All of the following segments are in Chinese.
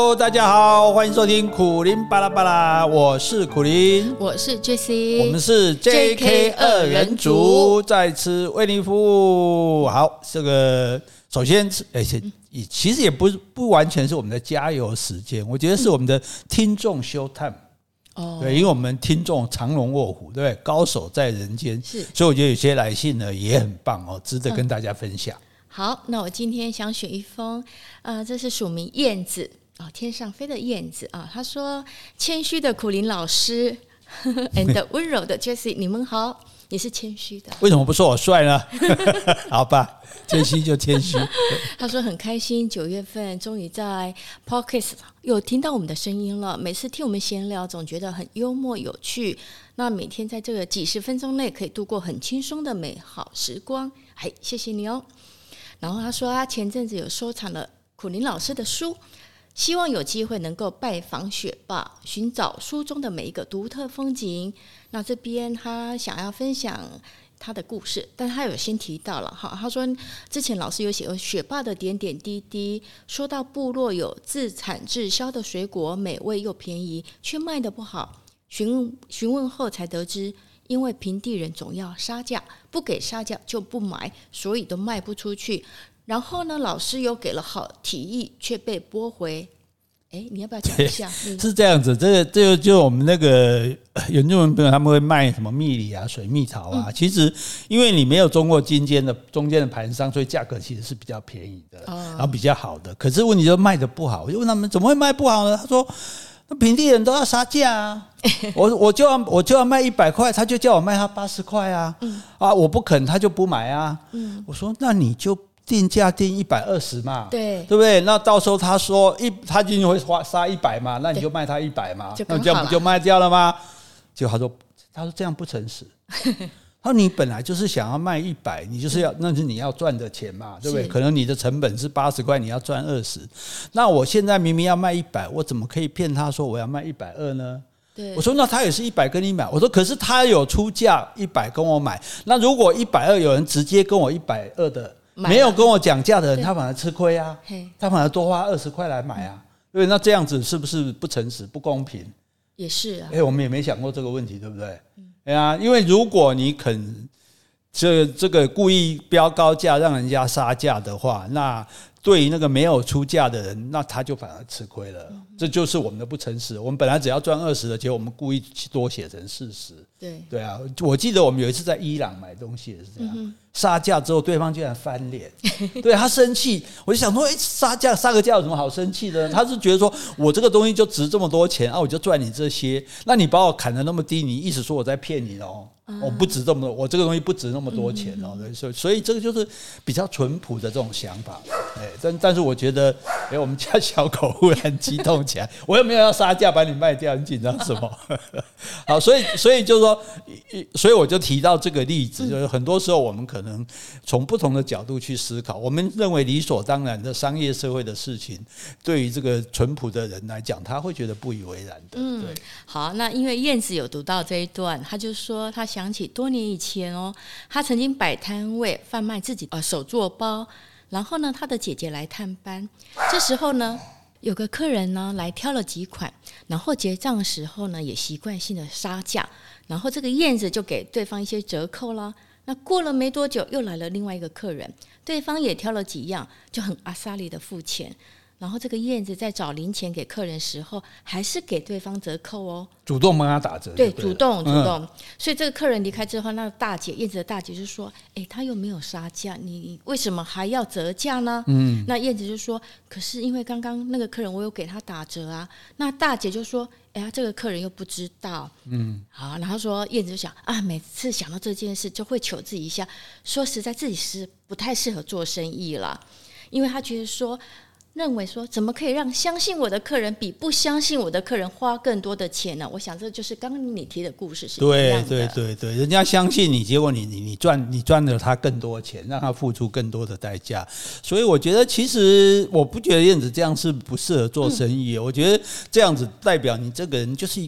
Hello， 大家好，欢迎收听苦苓巴拉巴拉，我是苦苓， 我是 Jessie， 我们是 JK 二人组，再次为您服务。好，这个首先其实也不完全是我们的加油时间，我觉得是我们的听众show time。对，因为我们听众藏龙卧虎，对不对？高手在人间，所以我觉得有些来信呢也很棒哦，值得跟大家分享。 好，那我今天想选一封，这是署名燕子天上飞的燕子啊。他说：“谦虚的苦苓老师 ，and 温柔的 Jessie， 你们好。”也是谦虚的， 为什么不说我帅呢？好吧，谦虚就谦虚。 他说很开心，9月份终于在 Podcast 有听到我们的声音了。每次听我们闲聊，总觉得很幽默有趣。那每天在这个几十分钟内，可以度过很轻松的美好时光。谢谢你哦。然后他说他前阵子有收藏了苦苓老师的书，希望有机会能够拜访雪霸，寻找书中的每一个独特风景。那这边他想要分享他的故事，但他有先提到了他说之前老师有写过雪霸的点点滴滴，说到部落有自产自销的水果，美味又便宜，却卖得不好。询问后才得知，因为平地人总要杀价，不给杀价就不买，所以都卖不出去。然后呢，老师又给了好提议，却被驳回。你要不要讲一下？ 是这样子，这个就我们那个原住民朋友他们会卖什么蜜梨啊、水蜜桃啊。其实因为你没有中过中间的盘商，所以价格其实是比较便宜的，然后比较好的。可是问题就卖得不好，我就问他们怎么会卖不好呢？他说那平地人都要杀价啊，我就要卖100块，他就叫我卖他80块啊，我不肯他就不买啊。我说那你就定价定120嘛， 对不对？那到时候他说他一定会杀100嘛，那你就卖他100嘛，那这样不就卖掉了吗？结果他说这样不诚实。他说你本来就是想要卖100，你就是那是你要赚的钱嘛，对不对？可能你的成本是80块，你要赚20，那我现在明明要卖100，我怎么可以骗他说我要卖120呢？我说那他也是100跟你买，我说可是他有出价100跟我买，那如果120有人直接跟我120的，没有跟我讲价的人，他反而吃亏啊，他反而多花20块来买啊，因为那这样子是不是不诚实、不公平？ 也是啊， 我们也没想过这个问题，对不对？因为如果你肯这个故意标高价让人家杀价的话，那对于那个没有出价的人，那他就反而吃亏了。这就是我们的不诚实。我们本来只要赚20的，结果我们故意多写成40。对啊，我记得我们有一次在伊朗买东西也是这样，杀价之后对方居然翻脸，对他生气，我就想说，杀个价有什么好生气的？他是觉得说我这个东西就值这么多钱我就赚你这些，那你把我砍得那么低，你意思说我在骗你哦？我不值这么多，我这个东西不值那么多钱哦，所以这个就是比较淳朴的这种想法。但是我觉得，我们家小狗忽然激动起来，我又没有要杀价把你卖掉，你紧张什么？好，所以就是说，所以我就提到这个例子，就是很多时候我们可能从不同的角度去思考，我们认为理所当然的商业社会的事情，对于这个淳朴的人来讲，他会觉得不以为然的。对， 好，那因为燕子有读到这一段，他就说他想起多年以前他曾经摆摊位贩卖自己手作包，然后呢，他的姐姐来探班，这时候呢，有个客人呢来挑了几款，然后结账的时候呢，也习惯性的杀价，然后这个燕子就给对方一些折扣啦。那过了没多久，又来了另外一个客人，对方也挑了几样，就很阿萨里的付钱。然后这个燕子在找零钱给客人时候，还是给对方折扣主动帮他打折。 对，主动。所以这个客人离开之后，那个燕子的大姐就说：“他又没有杀价，你为什么还要折价呢？”那燕子就说：“可是因为刚刚那个客人我有给他打折啊。”那大姐就说：“这个客人又不知道。”好，然后说燕子就想每次想到这件事就会求自己一下，说实在自己是不太适合做生意了，因为他觉得说。认为说怎么可以让相信我的客人比不相信我的客人花更多的钱呢？我想这就是刚刚你提的故事是一样的。 对，人家相信你，结果你赚了他更多钱，让他付出更多的代价。所以我觉得其实我不觉得燕子这样是不适合做生意，我觉得这样子代表你这个人就是一个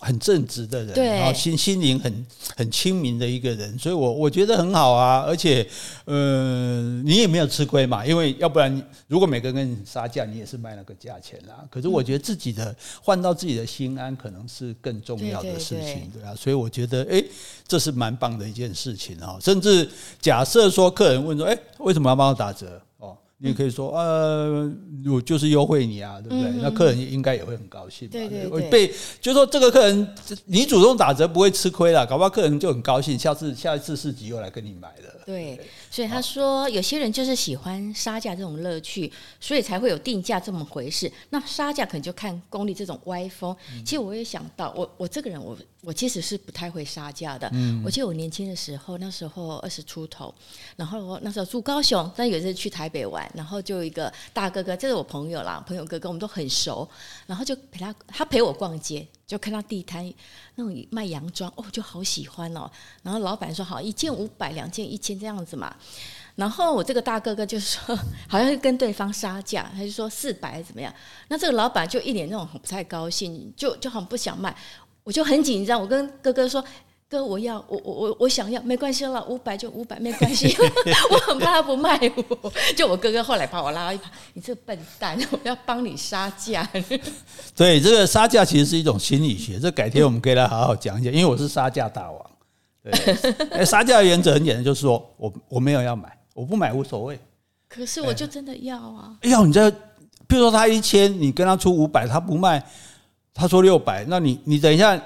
很正直的人， 对， 然后心灵很亲民的一个人，所以我觉得很好啊。而且你也没有吃亏嘛，因为要不然如果每个人跟你杀价，你也是卖那个价钱啦。可是我觉得自己的换到自己的心安，可能是更重要的事情，对啊。所以我觉得这是蛮棒的一件事情啊。甚至假设说客人问说，为什么要帮我打折？你也可以说我就是优惠你啊，对不对？那客人应该也会很高兴嘛。 对， 就说这个客人你主动打折不会吃亏啦，搞不好客人就很高兴，下一次市集又来跟你买了。 对，所以他说有些人就是喜欢杀价这种乐趣，所以才会有定价这么回事。那杀价可能就看功力这种歪风。其实我也想到，我这个人我其实是不太会杀价的。我记得我年轻的时候，那时候20出头，然后那时候住高雄，但有一次去台北玩，然后就有一个大哥哥，这是我朋友啦，朋友哥哥我们都很熟，然后就他陪我逛街，就看到地摊那种卖洋装，就好喜欢哦。然后老板说好，1件500，2件1000这样子嘛。然后我这个大哥哥就说，好像是跟对方杀价，他就说400怎么样？那这个老板就一脸那种不太高兴，就好像不想卖。我就很紧张，我跟哥哥说：“哥，我想要，没关系了，500就500，没关系。”我很怕他不卖我。就我哥哥后来把我拉到一旁，你这个笨蛋，我要帮你杀价。 对，这个杀价其实是一种心理学，这改天我们可以来好好讲一讲，因为我是杀价大王。对，杀价的原则很简单，就是说我没有要买，我不买无所谓。 可是我就真的要啊！ 要你这，比如说他1000，你跟他出500，他不卖。他说600，那你等一下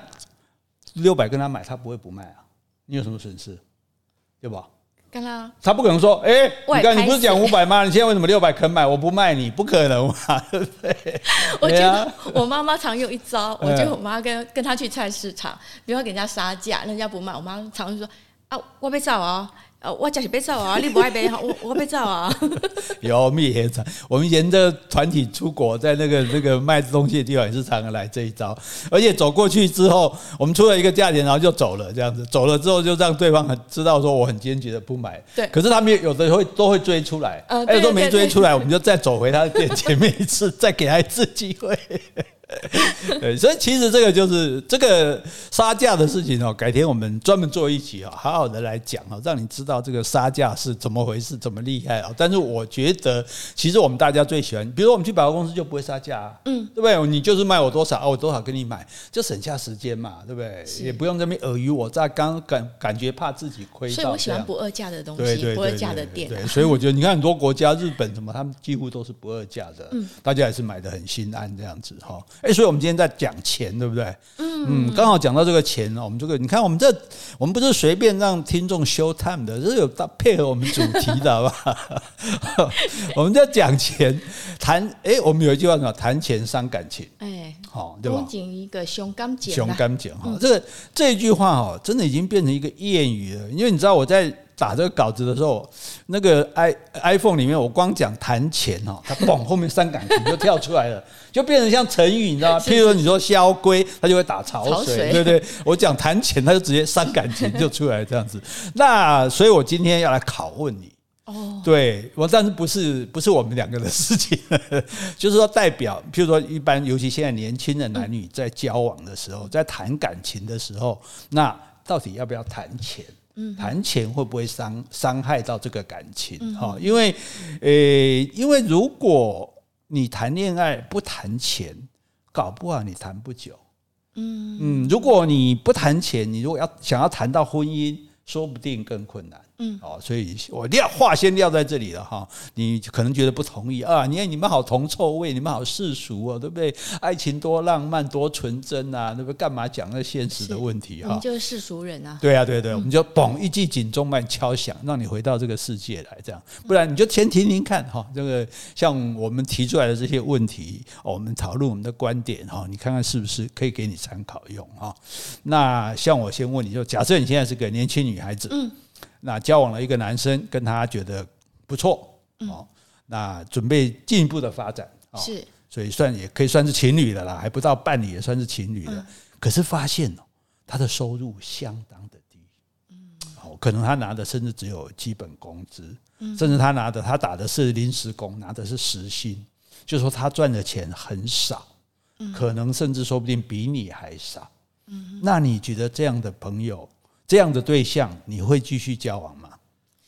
600跟他买，他不会不卖啊？你有什么损失？对吧？ 跟他不可能说，你刚你不是讲500吗？你现在为什么600肯买？我不卖你，不可能嘛，对不对？ 我觉得我妈妈常用一招，我觉得我妈跟她去菜市场，比如说给人家杀价，人家不卖，我妈常说我要走啊。我就是要走啊，你不爱买，我要走啊。 有， 我们以前的团体出国，在那个卖东西的地方也是常常来这一招，而且走过去之后，我们出了一个价钱，然后就走了，这样子走了之后，就让对方知道说我很坚决的不买。 对， 可是他们有的都会追出来，有时候没追出来，我们就再走回他的店前面一次，再给他一次机会。对，所以其实这个就是这个杀价的事情改天我们专门做一集好好的来讲让你知道这个杀价是怎么回事，怎么厉害但是我觉得，其实我们大家最喜欢，比如说我们去百货公司就不会杀价对不对？你就是卖我多少我多少跟你买，就省下时间嘛，对不对？也不用这边尔虞我诈，刚感觉怕自己亏到。 所以我喜欢不二价的东西，不二价的店。 对，所以我觉得你看很多国家，日本什么，他们几乎都是不二价的，大家也是买得很心安这样子所以我们今天在讲钱，对不对？刚好讲到这个钱我们这个，你看我们不是随便让听众 show time 的，这是有配合我们主题的，好不好？我们在讲钱，我们有一句话叫谈钱伤感情，对吧？ 讲一个胸感情， 这一句话真的已经变成一个谚语了，因为你知道我在打这个稿子的时候，那个 iPhone 里面我光讲谈钱它嘣后面伤感情就跳出来了，就变成像成语，你知道吗？譬如说你说萧规，它就会打潮水，对不对？我讲谈钱，它就直接伤感情就出来这样子。那所以我今天要来拷问你。对，但是不是我们两个的事情，就是说代表，譬如说一般，尤其现在年轻的男女在交往的时候，在谈感情的时候，那到底要不要谈钱？谈钱会不会伤害到这个感情？因为如果你谈恋爱不谈钱，搞不好你谈不久。如果你不谈钱，你如果想要谈到婚姻，说不定更困难。所以我话先撂在这里了你可能觉得不同意啊？你们好铜臭味，你们好世俗对不对？爱情多浪漫多纯真啊，对不对？干嘛讲那现实的问题我们就是世俗人啊。 对啊，对，我们就嘣一记警钟把你敲响，让你回到这个世界来，这样。不然你就先听听看这个像我们提出来的这些问题我们讨论我们的观点你看看是不是可以给你参考用那像我先问你，就假设你现在是个年轻女孩子那交往了一个男生，跟他觉得不错那准备进一步的发展是， 所以也可以算是情侣了啦，还不到伴侣也算是情侣了可是发现他的收入相当的低可能他拿的甚至只有基本工资甚至他打的是临时工，拿的是时薪，就是说他赚的钱很少可能甚至说不定比你还少那你觉得这样的朋友、这样的对象，你会继续交往吗？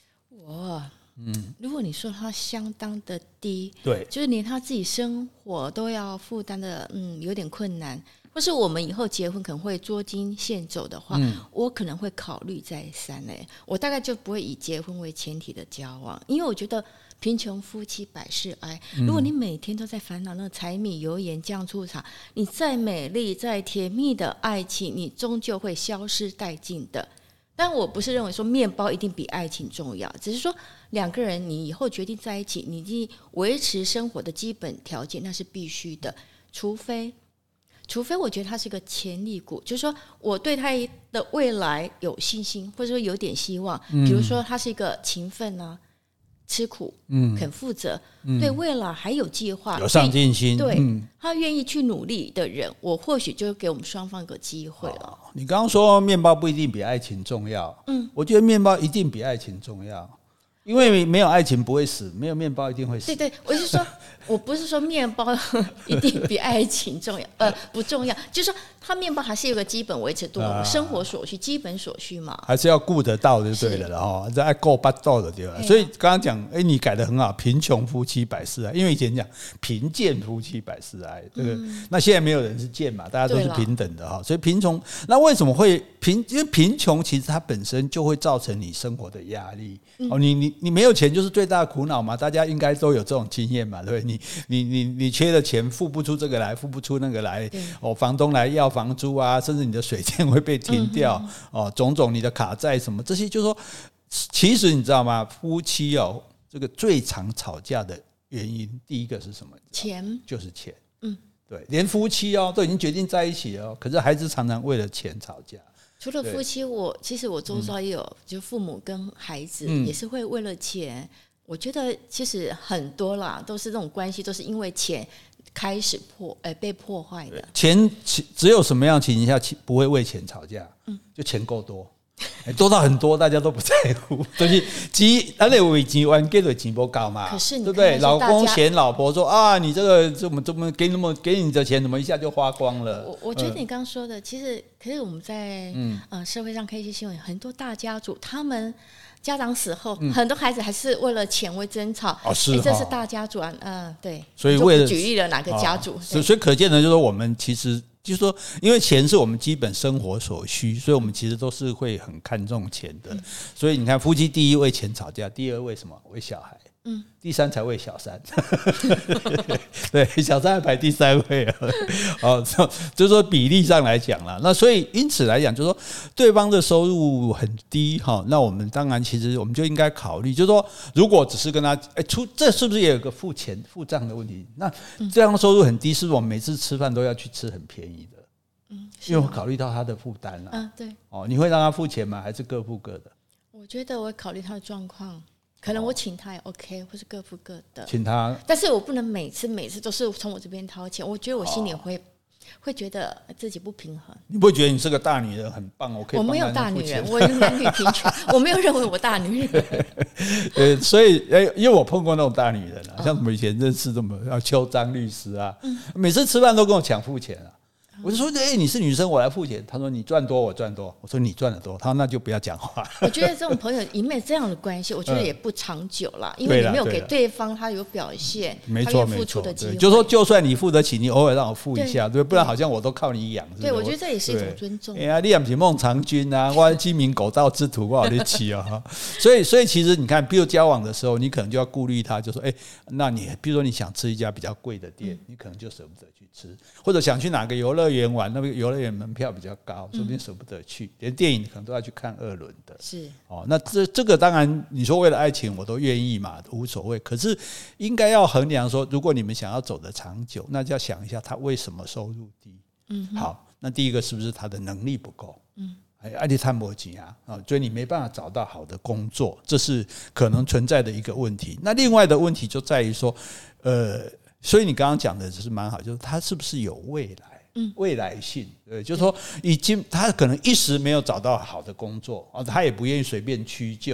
如果你说他相当的低， 对， 就是连他自己生活都要负担的，有点困难，或是我们以后结婚可能会捉襟见肘的话，我可能会考虑再三嘞。我大概就不会以结婚为前提的交往，因为我觉得贫穷夫妻百事哀。如果你每天都在烦恼那个柴米油盐酱醋茶，你再美丽再甜蜜的爱情，你终究会消失殆尽的。但我不是认为说面包一定比爱情重要，只是说两个人你以后决定在一起，你已经维持生活的基本条件，那是必须的，除非我觉得他是个潜力股，就是说我对他的未来有信心，或者说有点希望，比如说他是一个勤奋啊，吃苦，肯负责，对未来还有计划， 有上进心， 对，他愿意去努力的人，我或许就给我们双方一个机会了。 你刚刚说面包不一定比爱情重要，我觉得面包一定比爱情重要，因为没有爱情不会死，没有面包一定会死。 对，我是说，我不是说面包一定比爱情重要，不重要，就是说它面包还是有个基本维持度，生活所需、基本所需嘛， 还是要顾得到就对了哈，这爱够不到的对吧？所以刚刚讲，你改得很好，贫穷夫妻百事哀，因为以前讲贫贱夫妻百事哀，这个那现在没有人是贱嘛，大家都是平等的哈，所以贫穷，那为什么会因为贫穷其实它本身就会造成你生活的压力哦，你没有钱就是最大的苦恼嘛，大家应该都有这种经验嘛，对不对？你缺了钱，付不出这个来，付不出那个来，房东来要房租啊，甚至你的水电会被停掉，种种你的卡债什么，这些就是说，其实你知道吗？夫妻这个最常吵架的原因，第一个是什么？ 钱， 就是钱。对，连夫妻都已经决定在一起了，可是孩子常常为了钱吵架。 除了夫妻，其实我周遭也有，就父母跟孩子也是会为了钱。我觉得其实很多啦，都是这种关系，都是因为钱开始被破坏的。 钱只有什么样的情形下不会为钱吵架？就钱够多。多到很多，大家都不在乎，就是咱得为钱玩，给的钱不高嘛， 可是你对不对？老公嫌老婆说啊，你这个怎么给你的钱，怎么一下就花光了？ 我觉得你刚刚说的，其实可是我们在社会上看一些新闻，很多大家族他们家长死后，很多孩子还是为了钱为争吵。这是大家族啊，对。 所以为了举例了哪个家族？ 所以可见的就是说，我们其实。就是说，因为钱是我们基本生活所需，所以我们其实都是会很看重钱的。所以你看，夫妻第一为钱吵架，第二为什么？为小孩。第三才为小三。对，小三还排第三位就是说比例上来讲啦。那所以因此来讲，就是说对方的收入很低那我们当然其实我们就应该考虑，就是说如果只是跟他这是不是也有个付账的问题？那这样的收入很低，是不是我们每次吃饭都要去吃很便宜的？因为我考虑到他的负担啦。 对。 你会让他付钱吗？还是各付各的？ 我觉得我会考虑他的状况。可能我请他也 OK， 或是各付各的， 请他， 但是我不能每次都是从我这边掏钱，我觉得我心里会觉得自己不平衡。 你不会觉得你是个大女人很棒？我没有大女人，我男女平权，我没有认为我大女人。所以因为我碰过那种大女人像什么以前认识这么邱张律师啊，每次吃饭都跟我抢付钱啊。我就说，你是女生，我来付钱。他说你赚多，我赚多。我说你赚得多，他说那就不要讲话。 我觉得这种朋友一面这样的关系，我觉得也不长久了，因为你没有给对方他有表现， 没错付出的机会。 就是说，就算你付得起，你偶尔让我付一下，对，不然好像我都靠你养。 对，我觉得这也是一种尊重。 你也不是孟尝君啊，我鸡鸣狗盗之徒，我好得起啊。所以其实你看，比如交往的时候，你可能就要顾虑他，就说，那你比如说你想吃一家比较贵的店，你可能就舍不得去吃，或者想去哪个游乐园玩，那个游乐园门票比较高，说不定舍不得去，连电影可能都要去看2轮的。 是那这个当然你说为了爱情我都愿意嘛，无所谓。可是应该要衡量说，如果你们想要走得长久，那就要想一下他为什么收入低。好，那第一个是不是他的能力不够？你赚没钱所以你没办法找到好的工作，这是可能存在的一个问题。那另外的问题就在于说，所以你刚刚讲的是蛮好，就是他是不是有未来？未来性，对，就是说他可能一时没有找到好的工作他也不愿意随便屈就，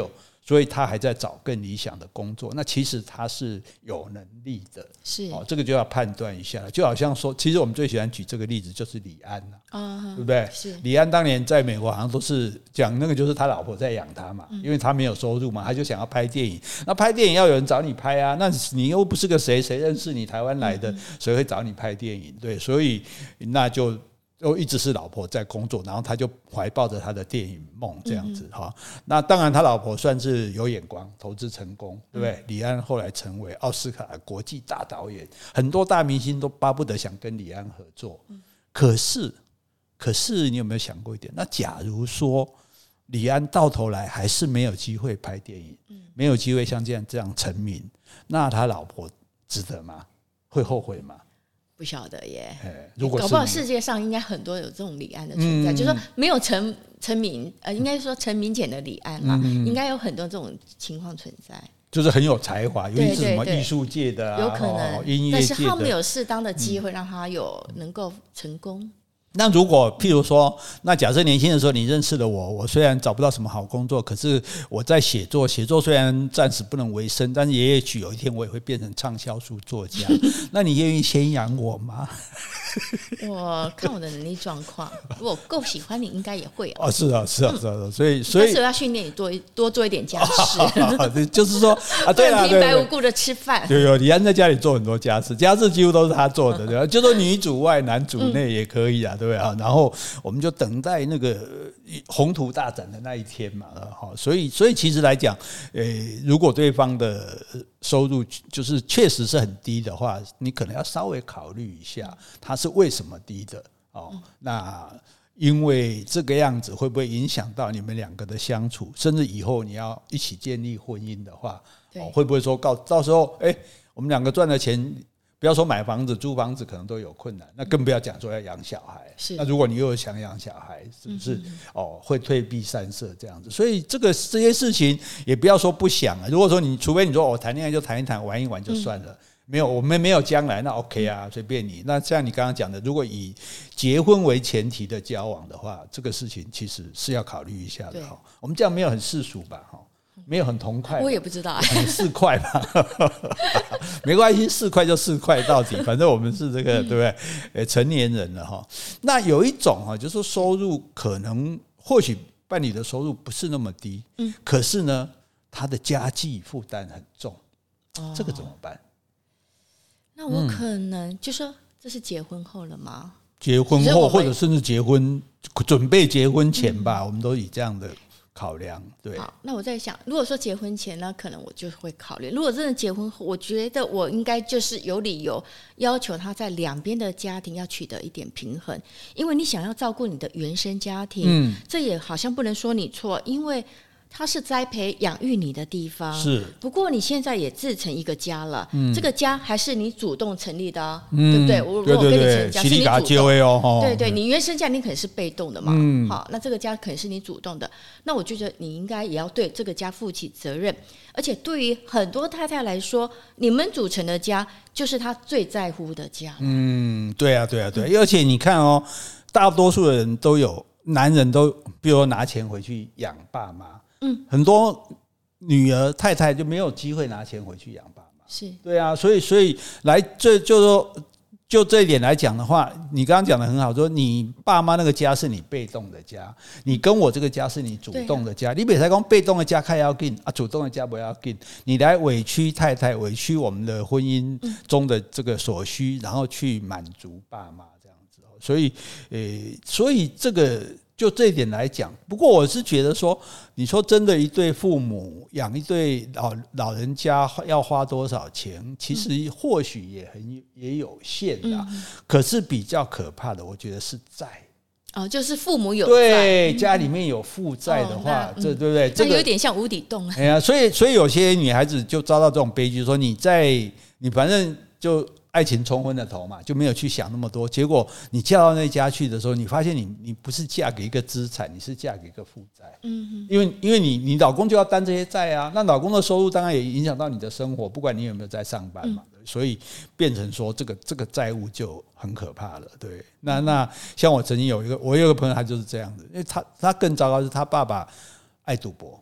所以他还在找更理想的工作。那其实他是有能力的， 是这个就要判断一下。就好像说，其实我们最喜欢举这个例子就是李安对不对？ 是李安当年在美国好像都是讲那个就是他老婆在养他嘛，因为他没有收入嘛，他就想要拍电影。那拍电影要有人找你拍啊，那你又不是个谁认识你台湾来的，谁会找你拍电影？对，所以那就一直是老婆在工作，然后他就怀抱着他的电影梦这样子那当然他老婆算是有眼光，投资成功，对不对？李安后来成为奥斯卡国际大导演，很多大明星都巴不得想跟李安合作。可是你有没有想过一点？那假如说李安到头来还是没有机会拍电影，没有机会像这样成名，那他老婆值得吗？会后悔吗？ 不晓得耶， 如果是搞不好世界上应该很多有这种李安的存在，就是说没有成名，应该说成名前的李安嘛，应该有很多这种情况存在。 就是很有才华，尤其是什么艺术界的有可能音乐界的， 但是他没有适当的机会让他能够成功。 那如果譬如说，那假设年轻的时候你认识了我虽然找不到什么好工作，可是我在写作虽然暂时不能为生，但是也许有一天我也会变成畅销书作家，那你愿意先养我吗？ 我看我的能力状况，如果够喜欢你，应该也会是啊，所以但是我要训练你多做一点家事， 就是说对啦， 平白无故的吃饭。 有李安在家里做很多家事几乎都是他做的，对吧？就说女主外男主内也可以啊，对不对啊？然后我们就等待那个宏图大展的那一天嘛，所以其实来讲，如果对方的收入就是确实是很低的话，你可能要稍微考虑一下，他是为什么低的那因为这个样子会不会影响到你们两个的相处，甚至以后你要一起建立婚姻的话，会不会说到时候我们两个赚的钱，不要说买房子租房子可能都有困难，那更不要讲说要养小孩。那如果你又想养小孩，是不是会退避三舍这样子？所以这些事情也不要说不想如果说除非你说我谈恋爱就谈一谈玩一玩就算了，没有我们没有将来，那 OK 啊，随便你。那像你刚刚讲的，如果以结婚为前提的交往的话，这个事情其实是要考虑一下的。我们这样没有很世俗吧？没有很同快， 我也不知道 4块吧，没关系，4块就4块到底，反正我们是这个对不对？成年人了那有一种就是说收入可能或许伴侣的收入不是那么低，可是呢他的家计负担很重，这个怎么办？ 那我可能就说这是结婚后了吗？ 结婚后或者甚至准备结婚前吧，我们都以这样的考量。对， 好，那我在想，如果说结婚前呢，可能我就会考虑；如果真的结婚后，我觉得我应该就是有理由要求他在两边的家庭要取得一点平衡，因为你想要照顾你的原生家庭，这也好像不能说你错，因为他是栽培养育你的地方， 是。 不过你现在也自成一个家了，这个家还是你主动成立的对不对？我如果跟你成家是你主动，对对，你原生家庭可能是被动的嘛，好，那这个家可能是你主动的，那我觉得你应该也要对这个家负起责任，而且对于很多太太来说，你们组成的家就是她最在乎的家。 对啊，而且你看大多数的人都有，男人都比如说拿钱回去养爸妈。很多女儿太太就没有机会拿钱回去养爸妈， 是对啊，所以来就这一点来讲的话，你刚刚讲的很好，说你爸妈那个家是你被动的家，你跟我这个家是你主动的家，你别才讲被动的家开要紧主动的家不要紧，你来委屈太太，委屈我们的婚姻中的这个所需，然后去满足爸妈这样子，所以这个。就这一点来讲，不过我是觉得说，你说真的，一对父母养一对老人家要花多少钱？其实或许也有限的，可是比较可怕的，我觉得是债。 就是父母有债， 对，家里面有负债的话，这对不对？ 这有点像无底洞。 所以有些女孩子就遭到这种悲剧，说你反正就。爱情冲昏了头嘛，就没有去想那么多。结果你嫁到那家去的时候，你发现你不是嫁给一个资产，你是嫁给一个负债。因为你老公就要担这些债啊，那老公的收入当然也影响到你的生活，不管你有没有在上班嘛。所以变成说这个债务就很可怕了。对，那像我有一个朋友，他就是这样子，因为他更糟糕是他爸爸爱赌博。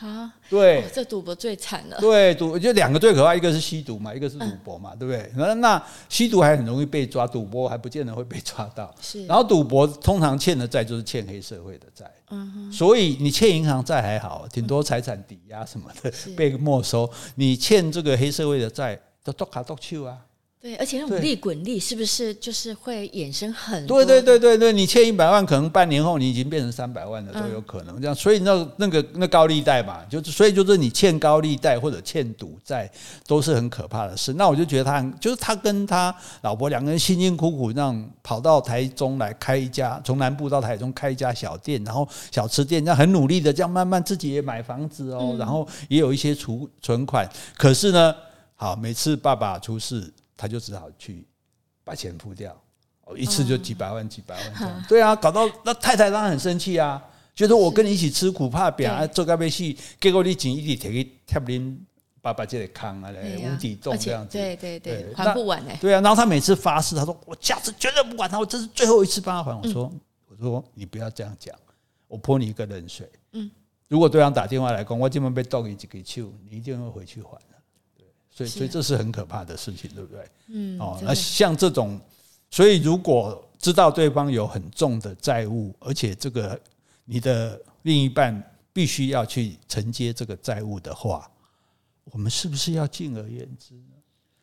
啊， 对， 这赌博最惨了。 对，就两个最可怕，一个是吸毒嘛，一个是赌博嘛，对不对？那吸毒还很容易被抓，赌博还不见得会被抓到。 是， 然后赌博通常欠的债就是欠黑社会的债，所以你欠银行债还好，挺多财产抵押什么的被没收，你欠这个黑社会的债都剁卡剁手啊。 对，而且那种利滚利是不是就是会衍生很多？ 对，你欠100万，可能半年后你已经变成300万了都有可能。这样，所以那高利贷嘛，所以就是你欠高利贷或者欠赌债都是很可怕的事。那我就觉得他跟他老婆两个人辛辛苦苦让跑到台中来开一家，从南部到台中开一家小店，然后小吃店，这样很努力的这样慢慢自己也买房子哦，然后也有一些存款。可是呢，好，每次爸爸出事，他就只好去把钱付掉，一次就几百万这样。对啊，搞到那太太当然很生气啊，觉得我跟你一起吃苦怕扁做到要死，结果你钱一直摕去贴恁爸爸这个坑啊，无底洞这样子。 对，还不完对啊，然后他每次发誓，他说我下次绝对不管他，我这是最后一次帮他还。我说你不要这样讲，我泼你一个冷水。如果对方打电话来讲，我今晚被动你几个手，你一定会回去还。所以这是很可怕的事情，对不对？那像这种，所以如果知道对方有很重的债务，而且这个你的另一半必须要去承接这个债务的话，我们是不是要敬而远之呢？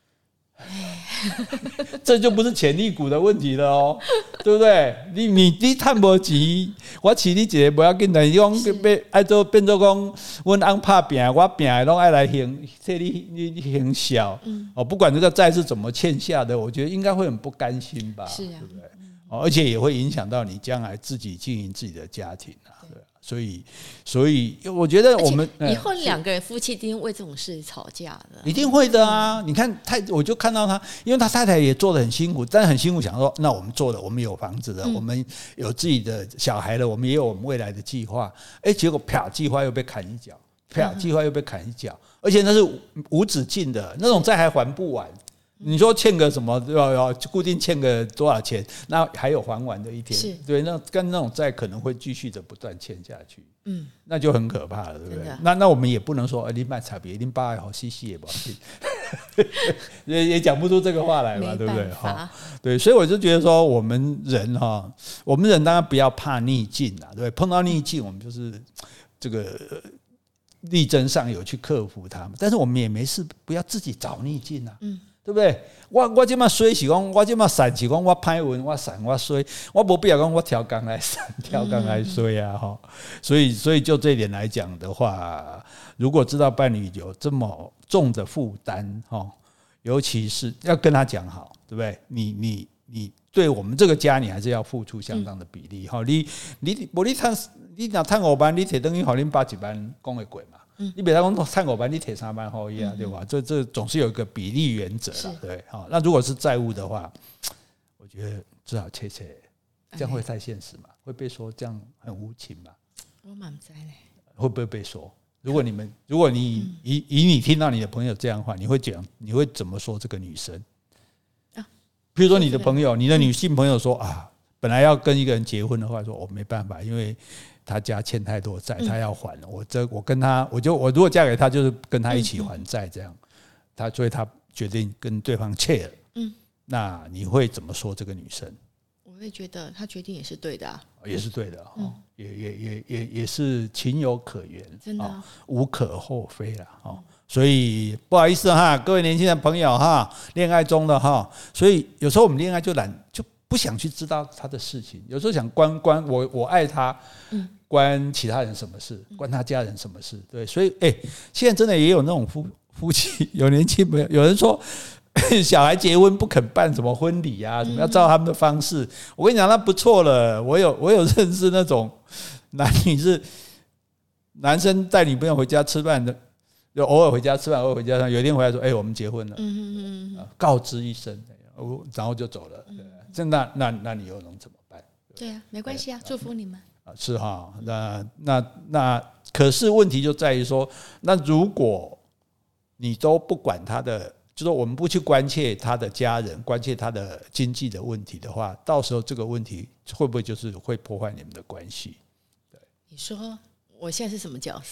这就不是潜力股的问题了哦，对不对？你赚无钱，我饲你一个不要紧，但是讲爱做变做讲，阮翁拍拼，我拼的拢爱来行，替你行孝。不管这个债是怎么欠下的，我觉得应该会很不甘心吧， 是啊， 对不对？而且也会影响到你将来自己经营自己的家庭啊。所以我觉得我们以后两个人夫妻一定为这种事吵架的， 一定会的啊！你看我就看到他，因为他太太也做得很辛苦，但是很辛苦，想说那我们做了，我们有房子了，我们有自己的小孩了，我们也有我们未来的计划。结果啪，计划又被砍一脚，啪，计划又被砍一脚，而且那是无止境的，那种债还还不完。你说欠个什么要固定欠个多少钱，那还有还完的一天，对，那跟那种债可能会继续的不断欠下去，那就很可怕了，对不对？那我们也不能说你卖差别，你爸好细细也不行，也讲不出这个话来嘛，对不对？对，所以我就觉得说，我们人当然不要怕逆境啊，对，碰到逆境我们就是这个力争上游去克服它们，但是我们也没事不要自己找逆境啊，对不对？我这么衰是讲，我这么散是讲，我歹运，我散我衰，我没必要讲我挑工来散，挑工来衰啊！所以就这一点来讲的话，如果知道伴侣有这么重的负担，尤其是要跟他讲好，对不对？你对我们这个家，你还是要付出相当的比例。你若赚5万，你摕等于互恁爸1万讲会过嘛？你别讲赚5万，你摕3万好呀，对吧？这总是有一个比例原则啦，对。那如果是债务的话，我觉得至少切，这样会太现实嘛？会被说这样很无情嘛？ 我蛮不知道嘞， 会不会被说？如果你以你听到你的朋友这样的话，你会怎么说这个女生？比如说你的朋友，你的女性朋友说啊，本来要跟一个人结婚的话，说我没办法，因为他家欠太多债，他要还。我跟他，我如果嫁给他，就是跟他一起还债，这样。所以他决定跟对方切了。那你会怎么说这个女生？ 我会觉得他决定也是对的啊， 也是对的，也是情有可原， 真的无可厚非啦。所以不好意思哈，各位年轻的朋友哈，恋爱中的哈，所以有时候我们恋爱就不想去知道他的事情，有时候想关我爱他，关其他人什么事，关他家人什么事，对，所以现在真的也有那种夫妻有年轻朋友，有人说小孩结婚不肯办什么婚礼啊，什么要照他们的方式，我跟你讲那不错了，我有认识那种男女是男生带女朋友回家吃饭的。就偶尔回家吃饭，偶尔回家，有一天回来说：“我们结婚了。”告知一声，然后就走了。那你又能怎么办？ 对啊，没关系啊，祝福你们。 是哈，那可是问题就在于说，那如果你都不管他的，就说我们不去关切他的家人，关切他的经济的问题的话，到时候这个问题会不会就是会破坏你们的关系？ 对，你说我现在是什么角色？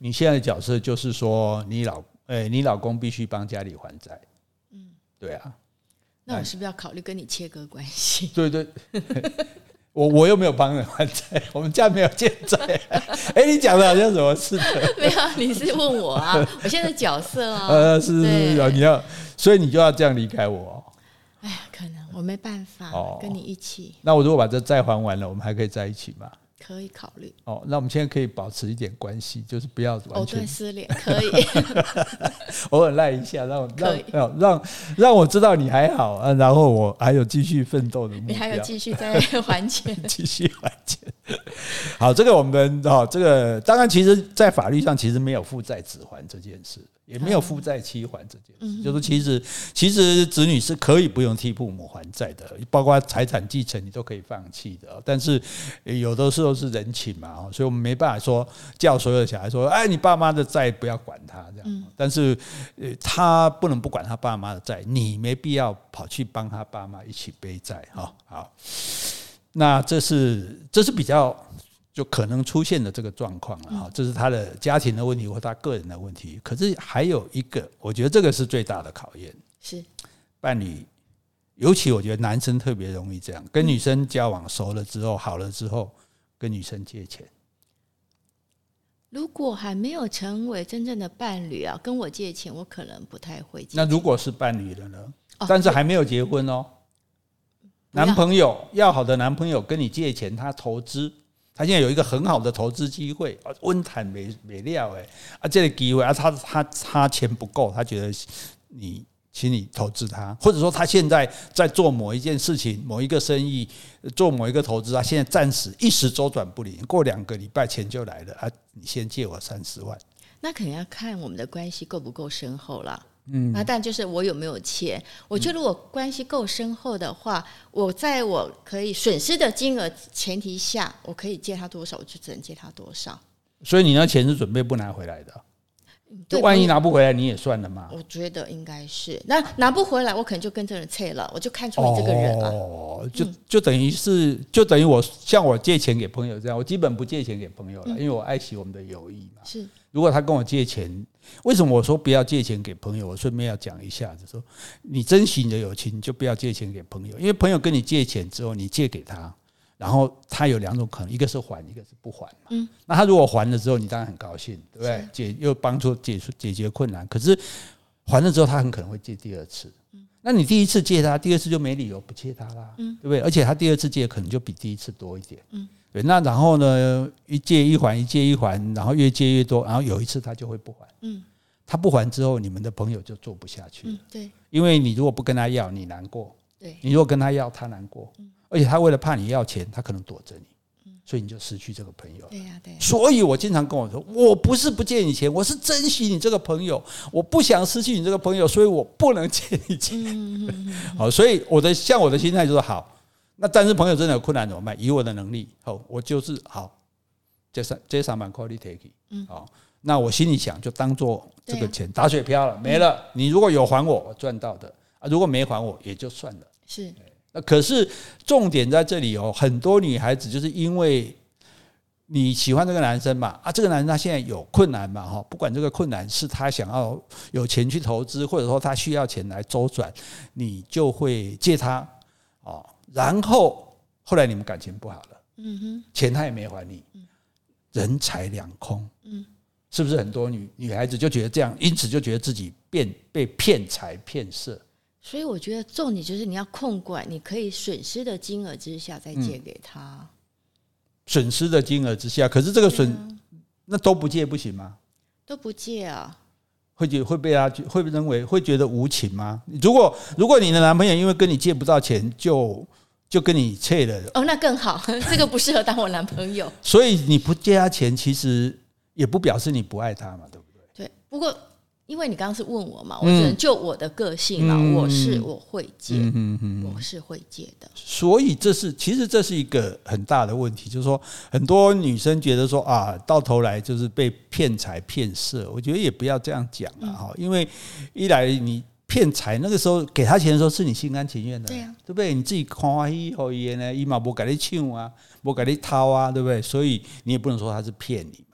你现在的角色就是说你老公必须帮家里还债，对啊， 那我是不是要考虑跟你切割关系？ 对对。我又没有帮人还债，我们家没有欠债。你讲的好像什么似的？ 没有，你是问我啊，我现在的角色啊。 是，你要，所以你就要这样离开我。 哎呀，可能我没办法跟你一起。 那我如果把这债还完了，我们还可以在一起吗？ 可以考虑。 那我们现在可以保持一点关系，就是不要完全藕断丝连，可以。 偶尔赖一下，让我知道你还好啊，然后我还有继续奋斗的目标， 你还有继续在还钱， 继续还钱。好，这个我们这个当然，其实，在法律上其实没有负债子还这件事，也没有负债妻还这件事，就是其实子女是可以不用替父母还债的，包括财产继承你都可以放弃的，但是有的时候是人情嘛，所以我们没办法说叫所有的小孩说，你爸妈的债不要管他这样，但是他不能不管他爸妈的债，你没必要跑去帮他爸妈一起背债。好，那这是比较就可能出现的这个状况了，这是他的家庭的问题或他个人的问题。可是还有一个，我觉得这个是最大的考验， 是伴侣，尤其我觉得男生特别容易这样，跟女生交往熟了之后好了之后，跟女生借钱。 如果还没有成为真正的伴侣啊，跟我借钱，我可能不太会借钱。 那如果是伴侣了呢？但是还没有结婚哦。男朋友要好的男朋友跟你借钱，他投资，他现在有一个很好的投资机会，温谈没料这个机会他钱不够，他觉得请你投资他，或者说他现在在做某一件事情、某一个生意、做某一个投资，他现在暂时一时周转不灵，过2个礼拜钱就来了你先借我30万。 那可能要看我们的关系够不够深厚啦。但就是我有没有钱，我觉得如果关系够深厚的话，我在我可以损失的金额前提下，我可以借他多少，我就只能借他多少。 所以你那钱是准备不拿回来的？就万一拿不回来你也算了嘛？ 我觉得应该是，那拿不回来我可能就跟这人拆了，我就看出你这个人了。 就等于我像我借钱给朋友这样，我基本不借钱给朋友了，因为我爱惜我们的友谊嘛。 是， 如果他跟我借钱，为什么我说不要借钱给朋友？我顺便要讲一下子说，你珍惜你的友情，就不要借钱给朋友，因为朋友跟你借钱之后，你借给他。然后他有2种可能，一个是还，一个是不还嘛。那他如果还了之后，你当然很高兴，对不对？又帮助解决困难。可是还了之后，他很可能会借第2次。那你第1次借他，第2次就没理由不借他啦，对不对？而且他第2次借可能就比第1次多一点。对。那然后呢，一借一还，然后越借越多，然后有一次他就会不还。他不还之后，你们的朋友就做不下去了。 对。 因为你如果不跟他要，你难过； 对。 你如果跟他要，他难过。而且他为了怕你要钱，他可能躲着你，所以你就失去这个朋友。 对呀，对。 所以我经常跟我说，我不是不借你钱，我是珍惜你这个朋友，我不想失去你这个朋友，所以我不能借你钱。好，所以我的心态就是好。那但是朋友真的有困难怎么办？以我的能力，我就是好，这3万块你提去。好，那我心里想就当做这个钱打水漂了，没了。你如果有还我赚到的如果没还我也就算了。 是。 可是重点在这里很多女孩子就是因为你喜欢这个男生嘛，这个男生他现在有困难嘛，不管这个困难是他想要有钱去投资，或者说他需要钱来周转，你就会借他，然后后来你们感情不好了，钱他也没还你，人财两空，是不是很多女孩子就觉得这样，因此就觉得自己被骗财骗色？ 所以我觉得重点就是你要控管你可以损失的金额之下再借给他。 损失的金额之下，可是这个那都不借不行吗？ 都不借啊， 会被他会认为会觉得无情吗？如果你的男朋友因为跟你借不到钱就跟你撤了， 那更好，这个不适合当我男朋友。 所以你不借他钱，其实也不表示你不爱他嘛，对不对？ 对，不过。因为你刚刚是问我嘛，我只能就我的个性啦，我会借，我是会借的。 所以其实这是一个很大的问题，就是说很多女生觉得说到头来就是被骗财骗色，我觉得也不要这样讲了因为一来你骗财那个时候给他钱的时候是你心甘情愿的，对不对？你自己欢欢喜喜给他呢，他也没给你抢啊，没给你掏啊，对不对？所以你也不能说他是骗你嘛。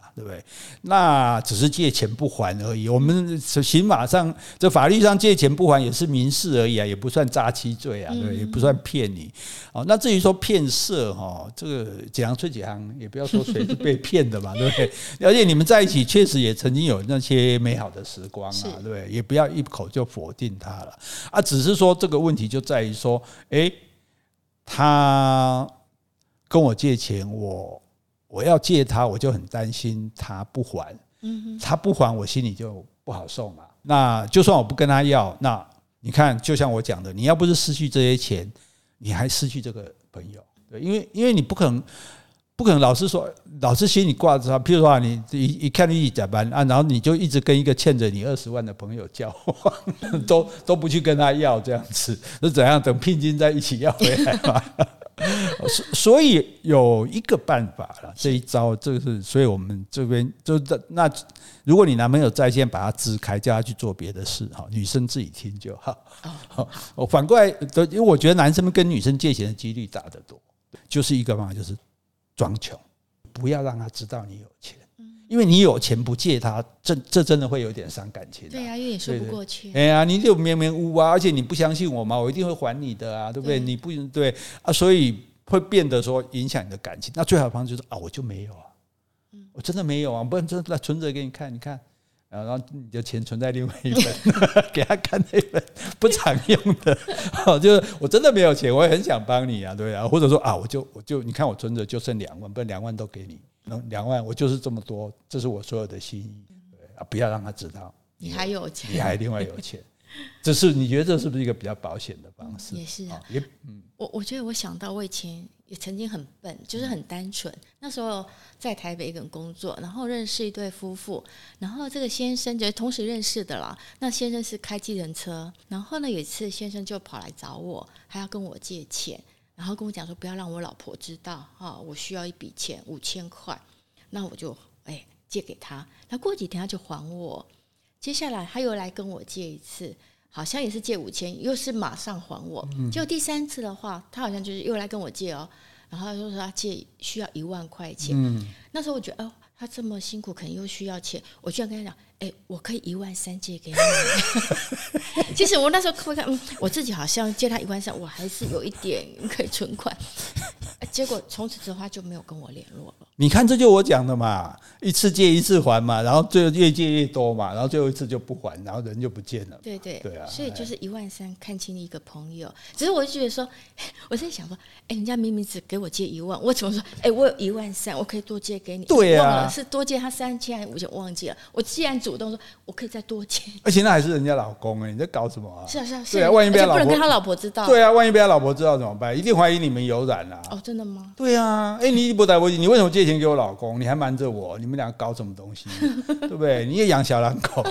对不对？那只是借钱不还而已。我们刑法上这法律上借钱不还也是民事而已啊，也不算诈欺罪啊，对不对？也不算骗你。那至于说骗色这个几行吹几行，也不要说谁是被骗的嘛，对不对？而且你们在一起确实也曾经有那些美好的时光啊，对不对？也不要一口就否定他了啊。只是说这个问题就在于说，他跟我借钱，我要借他，我就很担心他不还，他不还我心里就不好受嘛。那就算我不跟他要，那你看，就像我讲的，你要不是失去这些钱，你还失去这个朋友，对，因为你不可能老是说，老是心里挂着他。譬如说你一看你假班然后你就一直跟一个欠着你20万的朋友交往，都不去跟他要，这样子，是怎样？等聘金再一起要回来嘛？所以有一个办法了，这一招，这个是，所以我们这边那，如果你男朋友在线，把他支开，叫他去做别的事，女生自己听就好。反过来，因为我觉得男生跟女生借钱的几率大得多，就是一个方法，就是装穷，不要让他知道你有钱。因为你有钱不借他，这真的会有点伤感情。 对啊，因为也说不过去。 你就绵绵无啊，而且你不相信我嘛，我一定会还你的啊，对不对？你不对啊，所以会变得说影响你的感情。那最好的方式就是我就没有啊，我真的没有啊，不然真的存着给你看，你看。然后你的钱存在另外一本，给他看那本不常用的，就是我真的没有钱，我也很想帮你啊，对啊，或者说我就你看我存着就剩2万，不然2万都给你，2万我就是这么多，这是我所有的心意，对啊，不要让他知道你还有钱， 你还另外有钱，你觉得这是不是一个比较保险的方式？ 也是啊，我觉得我想到我以前也曾经很笨，就是很单纯。那时候在台北一个人工作，然后认识一对夫妇，然后这个先生就是同时认识的啦。那先生是开计程车，然后呢有一次先生就跑来找我，还要跟我借钱，然后跟我讲说不要让我老婆知道我需要一笔钱5000块，那我就借给他。那过几天他就还我，接下来他又来跟我借一次。好像也是借5000，又是马上还我。结果第3次的话，他好像就是又来跟我借然后他说他借需要1万块钱。那时候我觉得他这么辛苦，可能又需要钱，我居然跟他讲，我可以13000借给你。其实我那时候会看，我自己好像借他13000，我还是有一点可以存款。结果从此之后他就没有跟我联络了。 你看，这就我讲的嘛，一次借一次还嘛，然后最后越借越多嘛，然后最后一次就不还，然后人就不见了。 对啊， 所以就是13000看清一个朋友。只是我就觉得说，我在想说，人家明明只给我借1万，我怎么说？我有13000，我可以多借给你。 对啊， 忘了是多借他3000还是5000，忘记了。我既然主动说，我可以再多借， 而且那还是人家老公你在搞什么啊？ 是啊， 对啊，万一被他老婆， 不能跟他老婆知道。 对啊，万一被他老婆知道怎么办？一定怀疑你们有染啊。 真的吗？ 对啊，你不带我，你为什么借钱给我老公？你还瞒着我，你们俩搞什么东西？对不对？你也养小狼狗，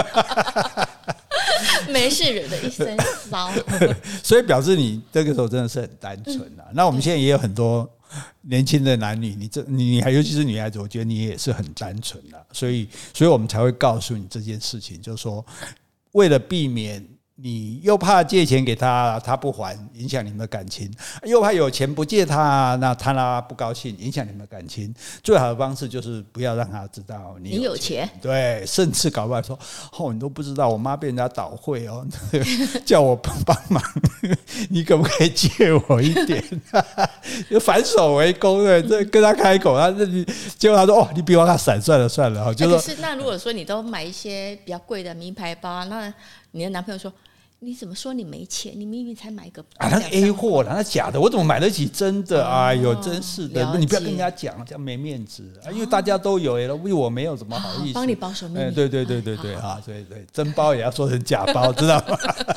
没事惹得一身骚。 所以表示你这个时候真的是很单纯啊。那我们现在也有很多年轻的男女，你还尤其是女孩子，我觉得你也是很单纯啊。所以我们才会告诉你这件事情，就是说为了避免。你又怕借钱给他，他不还，影响你们的感情；又怕有钱不借他，那他不高兴，影响你们的感情。最好的方式就是不要让他知道你有钱。对，甚至搞不好说，你都不知道，我妈被人家倒会叫我帮忙，你可不可以借我一点？就反手为攻，对，跟他开口，结果他说：“你比我闪，算了。”就可是那如果说你都买一些比较贵的名牌包，那你的男朋友说。你怎么说你没钱？你明明才买一个那个 A 货啦，那假的，我怎么买得起真的？哎呦，真是的！你不要跟人家讲，这样没面子因为大家都有为我没有，怎么好意思？ 帮你保守秘密。 对对，真包也要说成假包，知道吗？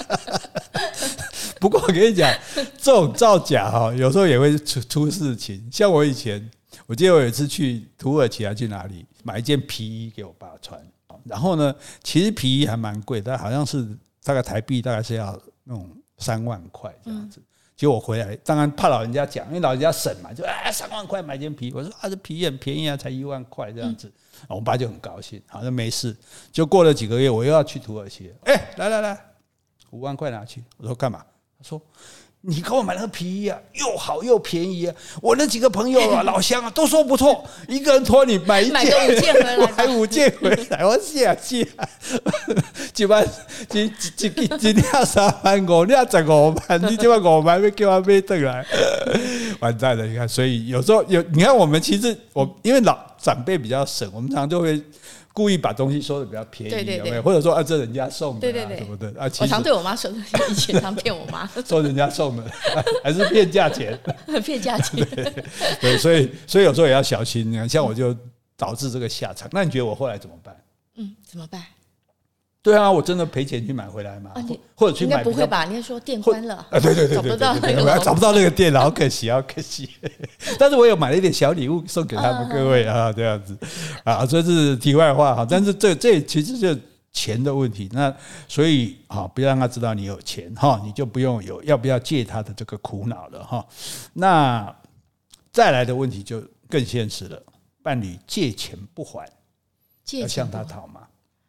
不过我跟你讲，这种造假有时候也会出事情。像我以前，我记得我有一次去土耳其去哪里买一件皮衣给我爸穿，然后呢，其实皮衣还蛮贵，但好像是。大概台币大概是要那种3万块这样子，结果我回来，当然怕老人家讲，因为老人家省嘛，就3万块买件皮，我说这皮很便宜才1万块这样子，我爸就很高兴，好像没事。就过了几个月，我又要去土耳其，来5万块拿去，我说干嘛？他说你给我买那个皮衣啊，又好又便宜啊！我那几个朋友啊，老乡啊，都说不错，一个人托你买1件， 买个5件回来， 我还5件回来，我谢谢。一万一领35000，你要15万，你这万5万要叫我买回来，完蛋了！你看，所以有时候你看我们其实因为长辈比较省，我们常常就会故意把东西说的比较便宜， 对， 有没有？或者说这人家送的，对什么的啊？ 我常对我妈说，以前常骗我妈说人家送的，还是骗价钱， 骗价钱。 对，所以有时候也要小心。你看，像我就导致这个下场。那你觉得我后来怎么办？ 怎么办？ 对啊，我真的赔钱去买回来嘛？或者去买？ 应该不会吧？你说店关了？ 对， 找不到那个，找不到那个店了，好可惜，好可惜。但是我有买了一点小礼物送给他们各位啊，这样子啊，这是题外话哈。但是这其实就钱的问题，那所以不要让他知道你有钱哈，你就不用有要不要借他的这个苦恼了哈。那再来的问题就更现实了，伴侣借钱不还，要向他讨吗？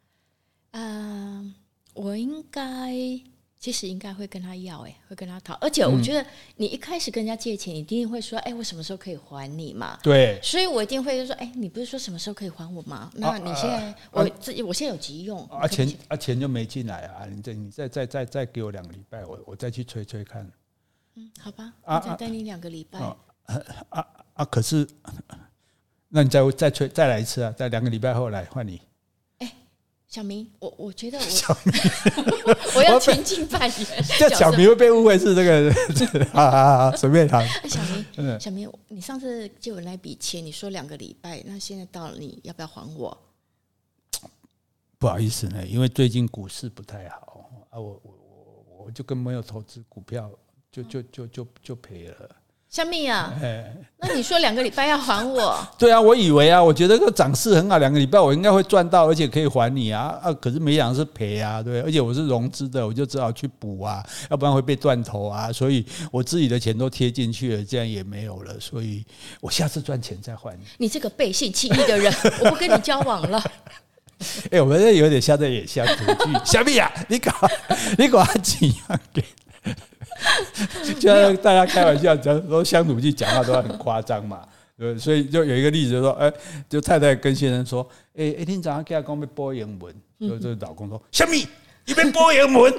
我其实应该会跟他要，会跟他讨。而且我觉得你一开始跟人家借钱，你一定会说，我什么时候可以还你嘛？对，所以我一定会说，你不是说什么时候可以还我吗？那你现在我现在有急用钱就没进来啊！你再给我2个礼拜，我再去催催看。 好吧，我再等你2个礼拜。 可是那你再来一次啊！在2个礼拜后来换你。 小明，我觉得我要全尽扮演。 这小明会被误会是这个随便谈。 小明，你上次借我那笔钱，你说2个礼拜，那现在到了，你要不要还我？ 不好意思呢，因为最近股市不太好啊，我就跟没有投资股票，就赔了。 小蜜啊，那你说2个礼拜要还我？ 对啊，我以为啊，我觉得这个涨势很好，2个礼拜我应该会赚到，而且可以还你啊，可是没想到是赔啊，对，而且我是融资的，我就只好去补啊，要不然会被断头啊，所以我自己的钱都贴进去了，这样也没有了，所以我下次赚钱再还你。 你这个背信弃义的人，我不跟你交往了。 我们这有点像在演乡土剧，小蜜啊，你搞几样给。就像大家开玩笑讲说乡土剧讲话都很夸张嘛，对，所以就有一个例子说，就太太跟先生说，你早上跟他讲要播英文，就老公说，什么？你要播英文？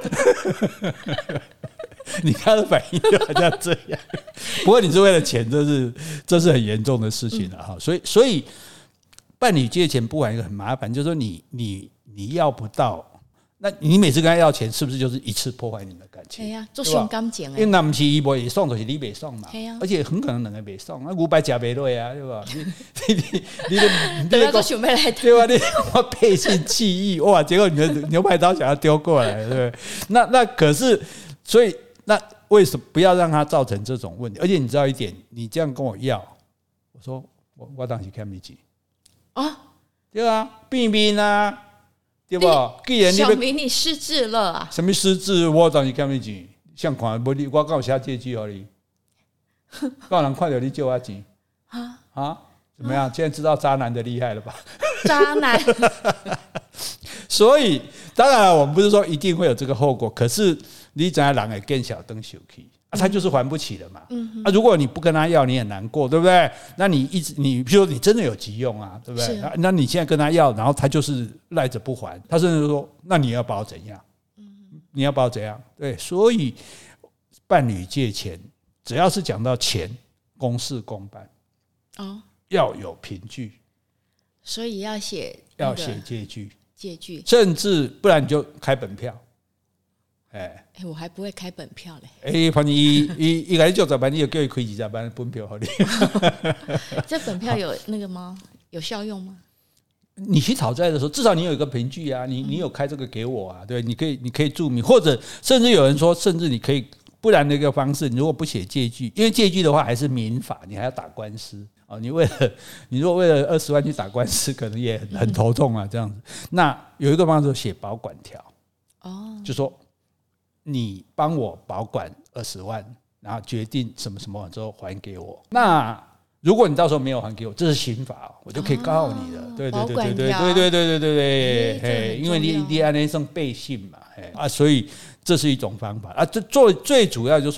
你看的反应就好像这样。不过你是为了钱，这是很严重的事情了哈。所以伴侣借钱不还一个很麻烦，就是说你要不到。那你每次跟他要钱，是不是就是一次破坏你们的感情？ 对呀，做伤感情因为那不是他不送，就是你不送嘛。而且很可能2个不送，那500吃不落啊，对吧？你都要做想要来的， 对吧？你我背信弃义哇！结果你的牛排刀想要丢过来，对不对？那可是，所以那为什么不要让他造成这种问题？而且你知道一点，你这样跟我要，我说我当时看不起啊，对啊，避免啊。对吧？既然小明你失智了啊？ 什么失智？我当时干么钱？像看我告写借据给你，告人看到你借我钱啊？怎么样？现在知道渣男的厉害了吧？ 渣男。 所以当然我们不是说一定会有这个后果，可是你怎样人会更小灯小气他就是还不起了嘛。如果你不跟他要，你很难过，对不对？那你譬如说你真的有急用啊，对不对？那你现在跟他要，然后他就是赖着不还，他甚至说，那你要把我怎样？你要把我怎样？对，所以伴侣借钱，只要是讲到钱，公事公办要有凭据， 所以要写借据， 甚至不然你就开本票。 我还不会开本票嘞。 反正一个9十万，你就叫他开20万本票给你。 这本票有那个吗？有效用吗？ 你去讨债的时候，至少你有一个凭据啊，你有开这个给我啊，对，你可以注明，或者甚至有人说，甚至你可以，不然的一个方式，你如果不写借据，因为借据的话还是民法，你还要打官司你如果为了20万去打官司，可能也很头痛啊，这样子。那有一个方式写保管条，就说。你帮我保管20万，然后决定什么什么之后还给我。那如果你到时候没有还给我，这是刑法，我就可以告你了。对，因为你按那算背信嘛，所以这是一种方法啊。这最主要就是说，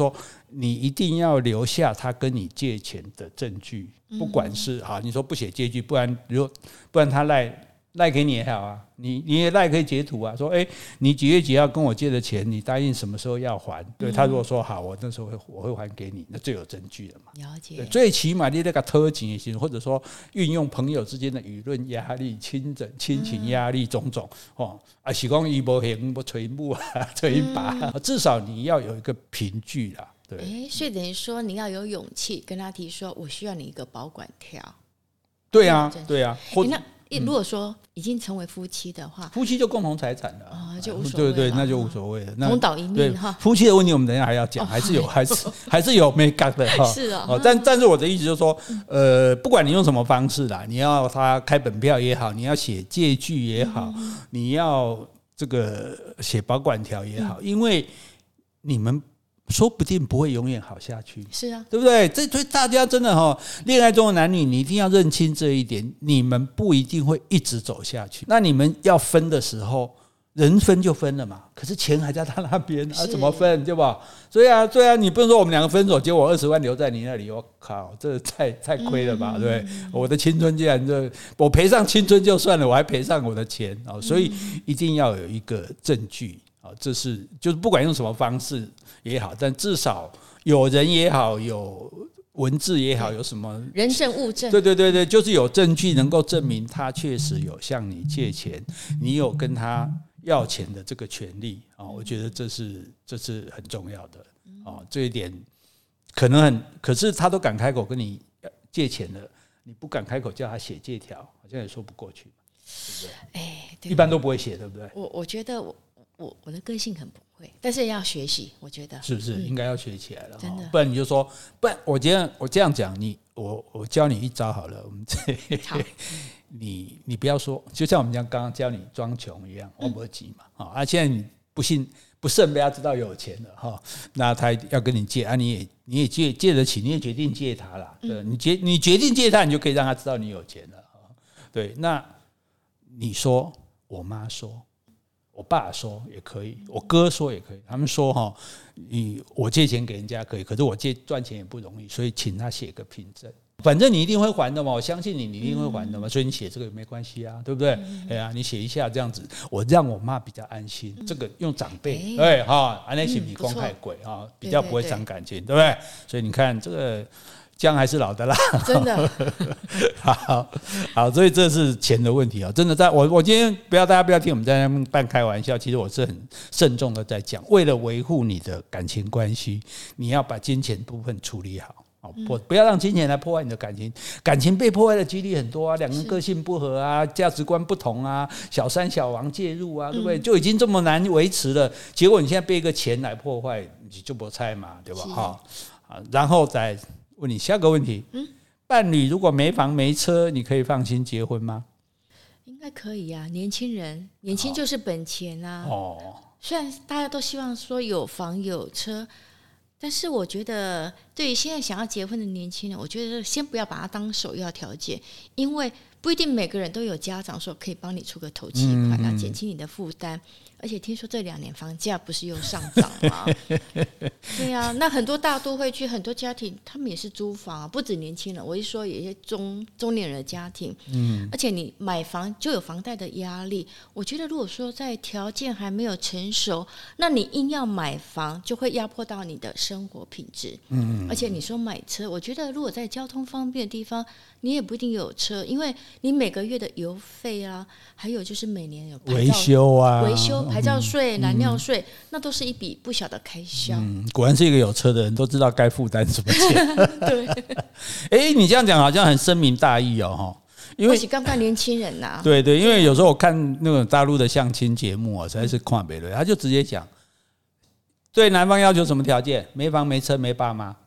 你一定要留下他跟你借钱的证据，不管是好，你说不写借据，不然他赖给你也好啊，你也赖可以截图啊，说你几月几号跟我借的钱，你答应什么时候要还？对，他如果说好，我那时候我会还给你，那就有证据了嘛。 了解。 最起码你那个偷钱也行，或者说运用朋友之间的舆论压力、亲情压力种种是讲伊无行不吹木啊，吹把，至少你要有一个凭据啦。对， 所以等于说你要有勇气跟他提说，我需要你一个保管条。 对啊，对啊， 那如果说已经成为夫妻的话， 夫妻就共同财产了， 就无所谓了。 对，那就无所谓了。 同岛一命哈。 夫妻的问题我们等一下还要讲，还是有没干的哈。 是啊， 但是我的意思就是说，不管你用什么方式啦，你要他开本票也好，你要写借据也好，你要这个写保管条也好，因为你们说不定不会永远好下去， 是啊， 对不对？所以大家真的恋爱中的男女，你一定要认清这一点，你们不一定会一直走下去。那你们要分的时候，人分就分了嘛，可是钱还在他那边，怎么分，对吧？所以啊，你不能说我们两个分手，结果我20万留在你那里，我靠，这太亏了吧，对不对？我的青春竟然我赔上青春就算了，我还赔上我的钱所以一定要有一个证据。就是不管用什么方式也好，但至少有人也好，有文字也好，有什么人证物证， 对，就是有证据能够证明他确实有向你借钱，你有跟他要钱的这个权利我觉得这是很重要的这一点可是他都敢开口跟你借钱了，你不敢开口叫他写借条，好像也说不过去，对不对？对，一般都不会写，对不对？ 我觉得我的个性很不会，但是要学习，我觉得是不是应该要学起来了？ 真的， 不然你就说，不然我这样讲，我教你一招好了，我们好你不要说，就像我们刚刚教你装穷一样，我不急嘛现在你不慎被他知道有钱了那他要跟你借你也借得起，你也决定借他了，你决定借他，你就可以让他知道你有钱了对，那你说，我妈说。我爸说也可以，我哥说也可以，他们说我借钱给人家可以，可是我赚钱也不容易，所以请他写个凭证，反正你一定会还的嘛，我相信你一定会还的嘛，所以你写这个也没关系啊，对不对？你写一下这样子，我让我妈比较安心。这个用长辈安内心比公害鬼比较不会伤感情，对不对？所以你看这个。姜还是老的辣， 真的。 好，所以这是钱的问题真的我今天大家不要听我们在那边半开玩笑，其实我是很慎重的在讲，为了维护你的感情关系，你要把金钱部分处理好。不要让金钱来破坏你的感情，感情被破坏的几率很多两个人个性不合价值观不同小三小王介入对不对？就已经这么难维持了，结果你现在被一个钱来破坏，你就不猜嘛，对吧？然后再问你下个问题，伴侣如果没房没车，你可以放心结婚吗？ 应该可以啊，年轻就是本钱虽然大家都希望说有房有车，但是我觉得对于现在想要结婚的年轻人，我觉得先不要把它当首要条件，因为不一定每个人都有家长说可以帮你出个头期款来减轻你的负担。而且听说这2年房价不是又上涨吗？对啊，那很多大都会区很多家庭他们也是租房不止年轻人，我是说有一些中年人的家庭而且你买房就有房贷的压力，我觉得如果说在条件还没有成熟，那你硬要买房就会压迫到你的生活品质而且你说买车，我觉得如果在交通方便的地方你也不一定有车，因为你每个月的油费还有就是每年有维修牌照税、燃料税那都是一笔不小的开销果然是一个有车的人都知道该负担什么钱对你这样讲好像很深明大义因为刚刚年轻人对，因为有时候我看那种大陆的相亲节目实在是看不了，他就直接讲对男方要求什么条件，没房没车没爸妈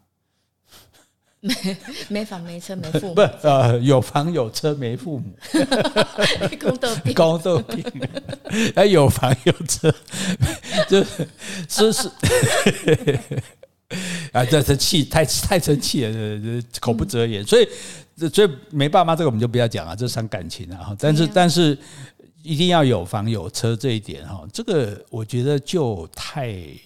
没房没车没父母， 不有房有车没父母公豆病有房有车就是这气太生气了，口不择言，所以没爸妈这个我们就不要讲这伤感情但是一定要有房有车这一点这个我觉得就太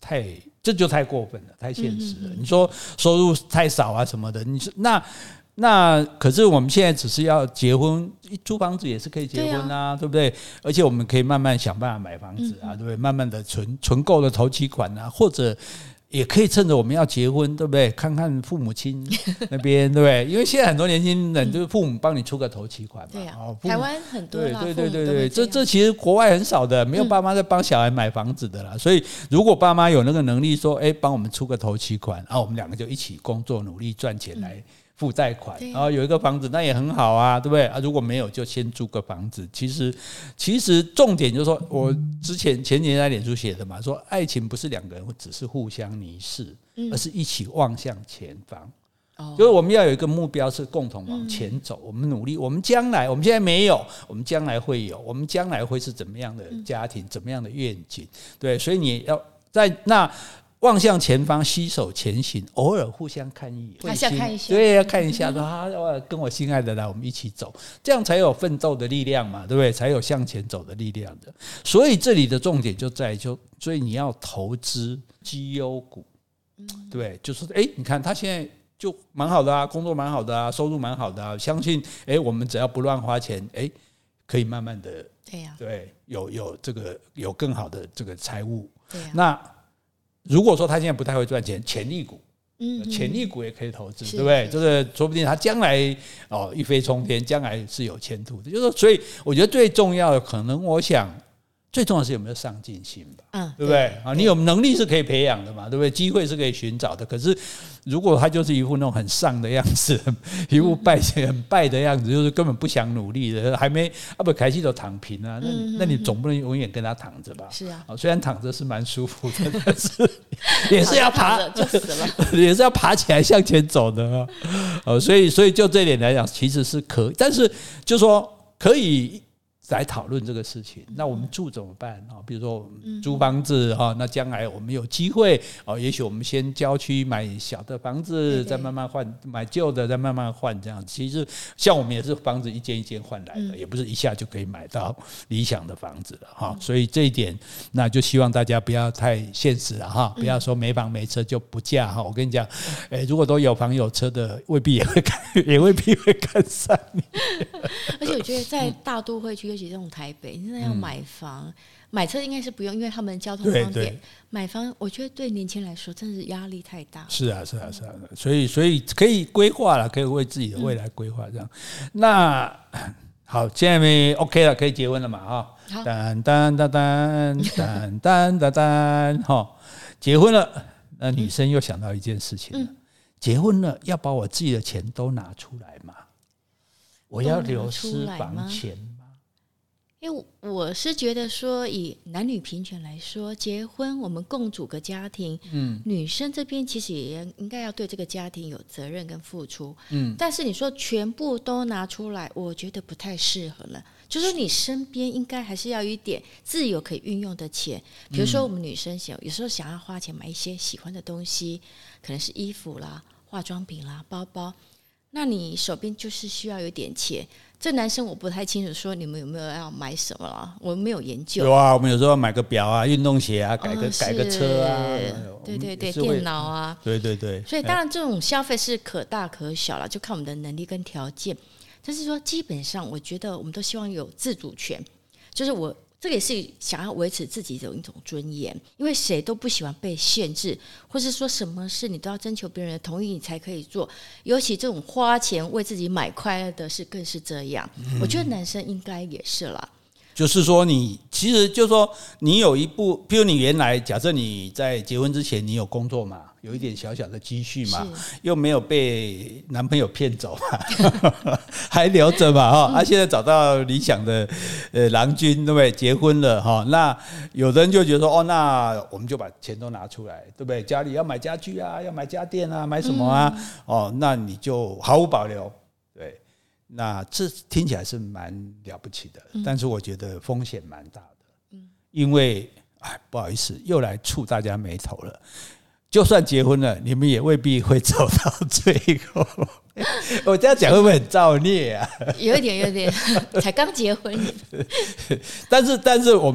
这就太过分了，太现实了。你说收入太少啊什么的，你说那可是我们现在只是要结婚，租房子也是可以结婚啊，对不对？而且我们可以慢慢想办法买房子啊，对不对？慢慢的存够了头期款啊，或者也可以趁着我们要结婚，对不对？看看父母亲那边，对不对？因为现在很多年轻人就是父母帮你出个头期款嘛。 对啊，台湾很多啦。 对，这其实国外很少的，没有爸妈在帮小孩买房子的啦。所以如果爸妈有那个能力说，帮我们出个头期款，我们两个就一起工作努力赚钱来付贷款，然后有一个房子，那也很好啊，对不对？如果没有，就先租个房子。其实重点就是说，我前几年在脸书写的嘛，说爱情不是两个人只是互相凝视，而是一起望向前方。就是我们要有一个目标，是共同往前走。我们努力，我们将来，我们现在没有，我们将来会有，我们将来会是怎么样的家庭，怎么样的愿景？对，所以你要在那。望向前方，携手前行，偶尔互相看一眼，对，要看一下，说跟我心爱的来，我们一起走，这样才有奋斗的力量嘛，对不对？才有向前走的力量的。所以这里的重点就在所以你要投资绩优股，对，就是你看他现在就蛮好的啊，工作蛮好的啊，收入蛮好的啊，相信我们只要不乱花钱，可以慢慢的，对，有更好的这个财务，那。如果说他现在不太会赚钱，潜力股也可以投资，对不对？就是说不定他将来一飞冲天，将来是有前途的。就是说，所以我觉得最重要的，可能我想最重要的是有没有上进心吧，对不对？你有能力是可以培养的嘛，对不对？机会是可以寻找的。可是如果他就是一副那种很丧的样子，一副很败的样子，就是根本不想努力的，还没不开始都躺平啊，那你总不能永远跟他躺着吧？ 是啊， 虽然躺着是蛮舒服的，但是也是要爬， 就死了， 也是要爬起来向前走的啊。所以就这一点来讲，其实是可以，但是就说可以。来讨论这个事情，那我们住怎么办？比如说租房子，那将来我们有机会，也许我们先郊区买小的房子，再慢慢换，买旧的再慢慢换，这样。其实像我们也是房子一间一间换来的，也不是一下就可以买到理想的房子了所以这一点，那就希望大家不要太现实了不要说没房没车就不嫁我跟你讲，如果都有房有车的，未必也未必会看上你。 而且我觉得在大都会区，尤其这种台北，真的要买房、买车应该是不用，因为他们交通方便。买房，我觉得对年轻人来说，真的是压力太大。是啊， 所以可以规划了，可以为自己的未来规划这样。那好，现在 OK 了，可以结婚了嘛？哈，噔噔噔噔噔噔噔噔，结婚了。那女生又想到一件事情了，结婚了要把我自己的钱都拿出来嘛？我要留私房钱吗？ 因为我是觉得说，以男女平权来说，结婚我们共组个家庭，女生这边其实也应该要对这个家庭有责任跟付出，但是你说全部都拿出来，我觉得不太适合了。就是你身边应该还是要有一点自由可以运用的钱，比如说我们女生有时候想要花钱买一些喜欢的东西，可能是衣服啦、化妆品啦、包包。那你手边就是需要有点钱，这男生我不太清楚说你们有没有要买什么啦，我没有研究。 有啊，我们有时候要买个表啊、运动鞋啊、改个车啊， 对，电脑啊， 对。 所以当然这种消费是可大可小啦，就看我们的能力跟条件。但是说基本上，我觉得我们都希望有自主权，就是这个也是想要维持自己的一种尊严，因为谁都不喜欢被限制，或是说什么事你都要征求别人的同意你才可以做，尤其这种花钱为自己买快乐的事更是这样。我觉得男生应该也是啦。 就是说你其实就是说你有一步，比如你原来假设你在结婚之前你有工作嘛，有一点小小的积蓄嘛，又没有被男朋友骗走嘛还留着嘛现在找到理想的郎君，对不对？结婚了那有的人就觉得说那我们就把钱都拿出来，对不对？家里要买家具啊，要买家电啊，买什么啊那你就毫无保留，对。那这听起来是蛮了不起的，但是我觉得风险蛮大的，因为不好意思，又来触大家眉头了。就算结婚了，你们也未必会走到最后。我这样讲会不会很造孽啊？ 有一点，才刚结婚。 但是我们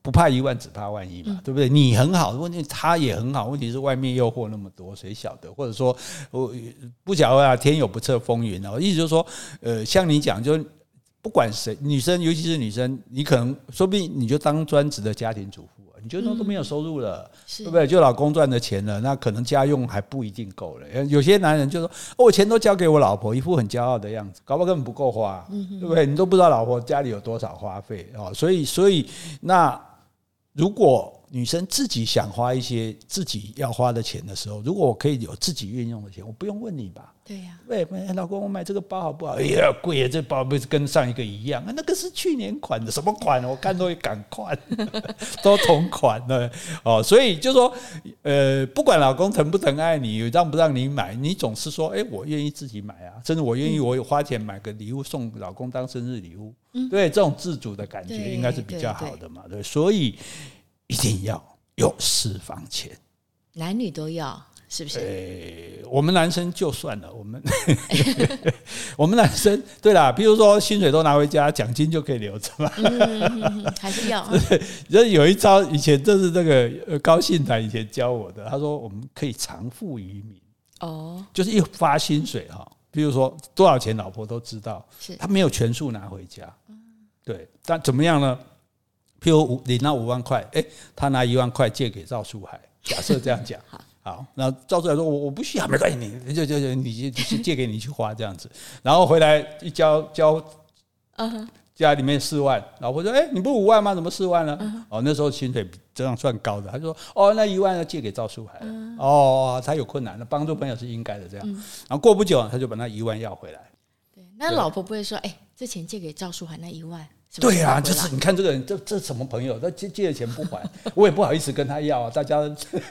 不怕1万只怕万一嘛，对不对？你很好，问题他也很好，问题是外面诱惑那么多，谁晓得？或者说我不晓得啊，天有不测风云啊。我意思就是说，像你讲，就不管谁，女生尤其是女生，你可能说不定你就当专职的家庭主妇，你就都没有收入了，对不对？就老公赚的钱了，那可能家用还不一定够了。有些男人就说：“我钱都交给我老婆，一副很骄傲的样子，搞不好根本不够花，对不对？你都不知道老婆家里有多少花费哦。”所以那如果女生自己想花一些自己要花的钱的时候，如果我可以有自己运用的钱，我不用问你吧。 对呀， 喂，老公，我买这个包好不好？哎呀，贵呀，这包不是跟上一个一样？那个是去年款的，什么款？我看都会赶快，都同款的哦。所以就说，不管老公疼不疼爱你，让不让你买，你总是说，我愿意自己买啊，甚至我愿意我有花钱买个礼物送老公当生日礼物，对，这种自主的感觉应该是比较好的嘛，对，所以一定要有私房钱， 男女都要。是不是？ 我们男生就算了，我们男生对啦，比如说薪水都拿回家，奖金就可以留着嘛。 还是要。 有一招，以前这是这个高信谈以前教我的，他说我们可以常富于民。哦，就是一发薪水哈，比如说多少钱，老婆都知道，他没有全数拿回家。对，但怎么样呢？譬如领那5万块，他拿1万块借给赵树海，假设这样讲。好，然后赵树海说我不需要，没关系，你就借给你去花这样子，然后回来一交家里面4万，老婆说你不是5万吗？怎么4万呢？那时候薪水这样算高的，他就说那1万要借给赵树海，他有困难了，帮助朋友是应该的这样，然后过不久他就把那1万要回来。 对，那老婆不会说这钱借给赵树海那1万。 对啊，就是你看这个人，这什么朋友？他借了钱不还，我也不好意思跟他要啊。大家，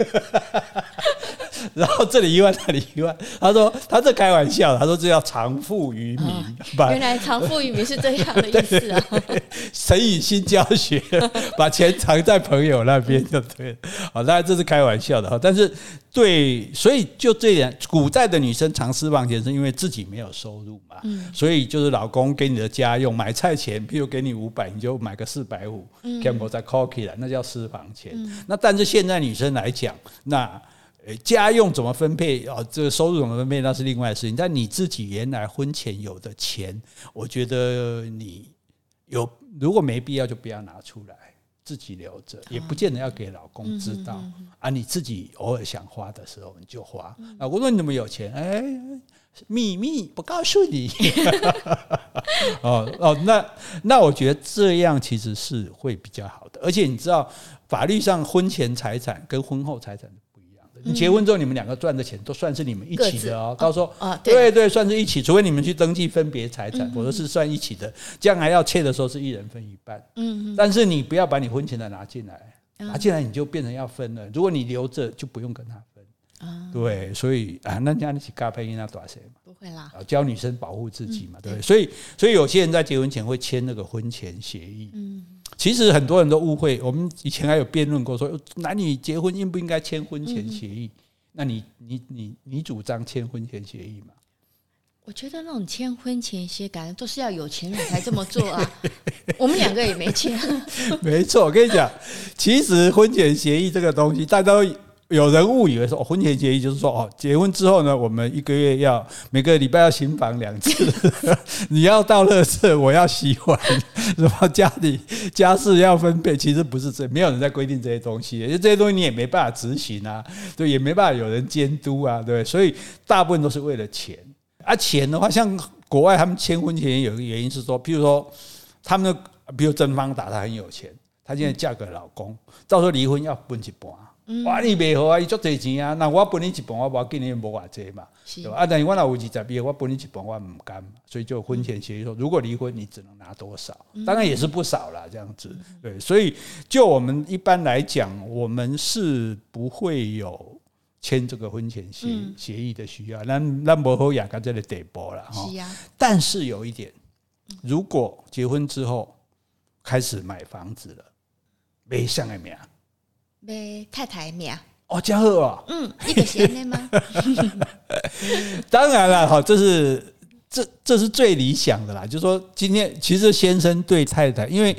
然后这里1万，那里1万，他说他这开玩笑，他说这叫常富于民。 原来常富于民是这样的意思啊！ 成语新教学，把钱藏在朋友那边就对了。当然这是开玩笑的，但是对，所以就这点，古代的女生藏私房钱是因为自己没有收入嘛，所以就是老公给你的家用，买菜钱，譬如给你500，你就买个450，全部再扣起来，那叫私房钱。那但是现在女生来讲，那家用怎么分配这个收入怎么分配那是另外的事情，但你自己原来婚前有的钱，我觉得你如果没必要就不要拿出来，自己留着，也不见得要给老公知道你自己偶尔想花的时候你就花。老公说你怎么有钱？秘密不告诉你。那我觉得这样其实是会比较好的，而且你知道法律上婚前财产跟婚后财产是不一样的。你结婚之后你们2个赚的钱都算是你们一起的哦，到时候对，算是一起，除非你们去登记分别财产，否则是算一起的。将来要切的时候是一人分1半。但是你不要把你婚前的拿进来你就变成要分了。如果你留着就不用跟他分。对，所以那这样你是尬配音那多少嘛？ 不会啦， 教女生保护自己嘛，对不对？所以有些人在结婚前会签那个婚前协议。其实很多人都误会，我们以前还有辩论过说，男女结婚应不应该签婚前协议？那你主张签婚前协议吗？ 我觉得那种签婚前协议感觉都是要有钱人才这么做啊。我们2个也没签。 没错，我跟你讲，其实婚前协议这个东西，大家都有人误以为说婚前协议就是说结婚之后呢，我们1个月要每个礼拜要行房2次，你要倒垃圾，我要洗碗，什么家事要分配，其实不是这，没有人在规定这些东西，因为这些东西你也没办法执行啊，对，也没办法有人监督啊，对，所以大部分都是为了钱。钱的话，像国外他们签婚前有一个原因是说，譬如说他们比如甄方达他很有钱，他现在嫁给老公，到时候离婚要分1半。你不好他很多钱啊，那我分你1半，我不要给你没多少嘛，对吧？但是我有20亿，我分你1半，我不甘嘛，所以就婚前协议说，如果离婚，你只能拿多少？当然也是不少啦，这样子。对，所以就我们一般来讲，我们是不会有签这个婚前协议的需要，咱不好亚到这个地步啦。但是有一点，如果结婚之后开始买房子了，买谁的名？ 买太太的名。 这么好啊！ 你就是这样吗？ 当然了，这是最理想的啦。就是说，今天其实先生对太太，因为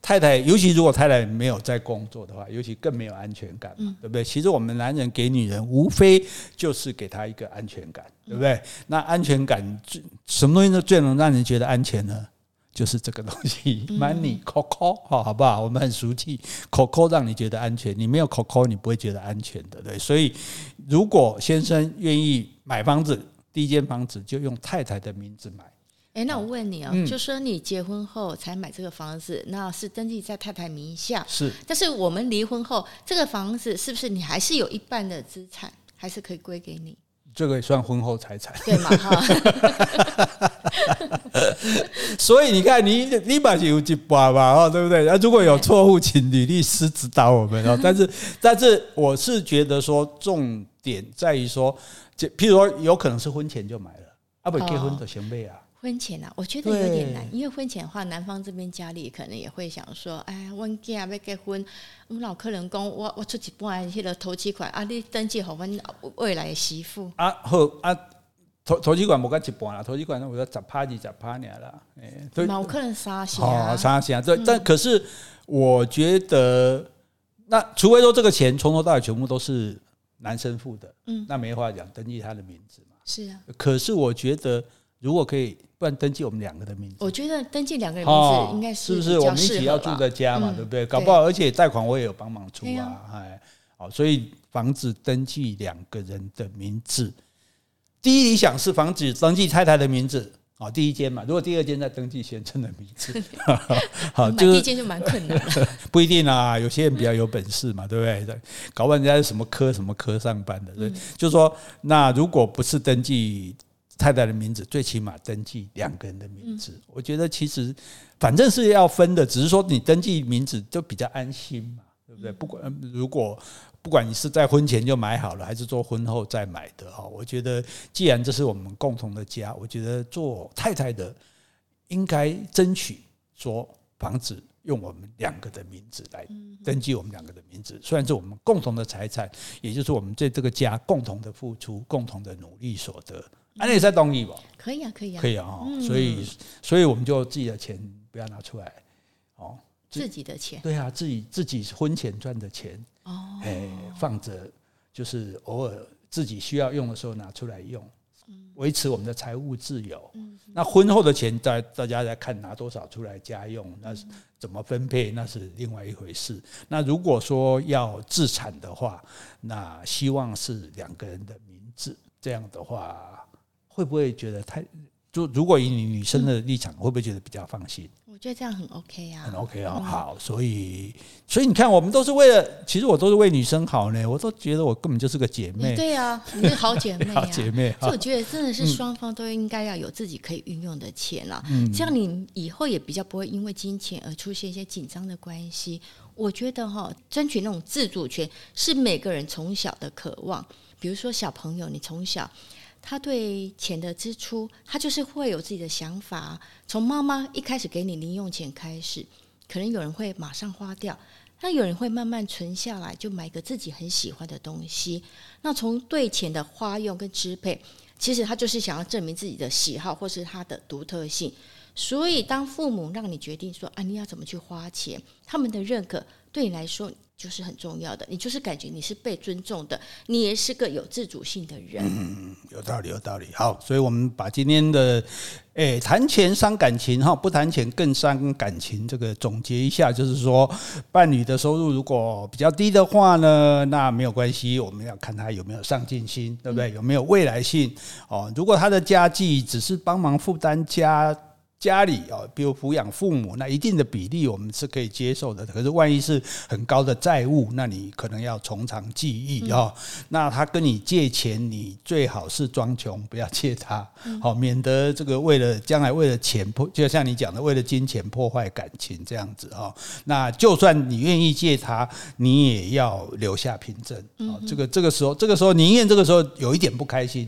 太太，尤其如果太太没有在工作的话，尤其更没有安全感嘛，对不对？其实我们男人给女人，无非就是给她一个安全感，对不对？那安全感什么东西最能让人觉得安全呢？就是这个东西 ，money coco， 好不好？我们很俗气 ，coco 让你觉得安全，你没有 coco， 你不会觉得安全的，对。所以，如果先生愿意买房子，第一间房子就用太太的名字买。 那我问你就说你结婚后才买这个房子，那是登记在太太名下， 是。但是我们离婚后，这个房子是不是你还是有一半的资产，还是可以归给你？ 这个也算婚后财产， 对嘛？哈。 所以你看，你把有一把嘛，对不对？如果有错误，请吕律师指导我们哦。但是我是觉得说，重点在于说，譬如说，有可能是婚前就买了，不结婚就先买啊。 婚前我觉得有点难，因为婚前的话，男方这边家里可能也会想说，哎，我囝要结婚，我们老客人讲，我出一半那个头期款你登记给我们未来的媳妇好头期款没到一半啦，头期款我说10%、20%而已啦， 有可能3成 3成，但可是我觉得，那除非说这个钱从头到尾全部都是男生付的，那没话讲，登记他的名字嘛， 是啊。 可是我觉得，如果可以，不然登记我们2个的名字。 我觉得登记2个人名字应该是不是我们一起要住的家嘛，对不对？搞不好，而且贷款我也有帮忙出所以房子登记2个人的名字。第一理想是房子登记太太的名字，第一间嘛。如果第2间再登记先生的名字， 好，买第一间就蛮困难的。 不一定啊，有些人比较有本事嘛，对不对？搞不好人家是什么科上班的，就是说，那如果不是登记太太的名字，最起码登记2个人的名字。我觉得其实反正是要分的，只是说你登记名字就比较安心嘛，对不对？不管你是在婚前就买好了，还是做婚后再买的，我觉得既然这是我们共同的家，我觉得做太太的应该争取说房子用我们2个的名字来登记我们2个的名字，虽然是我们共同的财产，也就是我们对这个家共同的付出、共同的努力所得。那你在同意吧？ 可以啊，可以啊， 可以啊。所以我们就自己的钱不要拿出来， 自己的钱， 对啊，自己婚前赚的钱。放着，就是偶尔自己需要用的时候拿出来用，维持我们的财务自由。那婚后的钱，大家来看拿多少出来家用，那是怎么分配，那是另外一回事。那如果说要自产的话，那希望是2个人的名字，这样的话会不会觉得就如果以你女生的立场，会不会觉得比较放心？ 我觉得这样很 OK 啊， 很 OK 啊。好，所以你看，我们都是为了，其实我都是为女生好呢，我都觉得我根本就是个姐妹。 对啊，你是好姐妹啊， 好姐妹。 所以我觉得真的是双方都应该要有自己可以运用的钱啊，这样你以后也比较不会因为金钱而出现一些紧张的关系。我觉得争取那种自主权是每个人从小的渴望。比如说小朋友，你从小他对钱的支出，他就是会有自己的想法。从妈妈一开始给你零用钱开始，可能有人会马上花掉，那有人会慢慢存下来，就买个自己很喜欢的东西。那从对钱的花用跟支配，其实他就是想要证明自己的喜好或是他的独特性。所以当父母让你决定说你要怎么去花钱，他们的认可对你来说就是很重要的，你就是感觉你是被尊重的，你也是个有自主性的人。 有道理。好，所以我们把今天的谈钱伤感情，不谈钱更伤感情，这个总结一下，就是说伴侣的收入如果比较低的话呢，那没有关系，我们要看他有没有上进心，对不对？有没有未来性。如果他的家计只是帮忙负担家里比如抚养父母，那一定的比例我们是可以接受的。可是万一是很高的债务，那你可能要从长计议那他跟你借钱，你最好是装穷，不要借他，免得这个将来为了钱，就像你讲的，为了金钱破坏感情这样子那就算你愿意借他，你也要留下凭证这个时候宁愿这个时候有一点不开心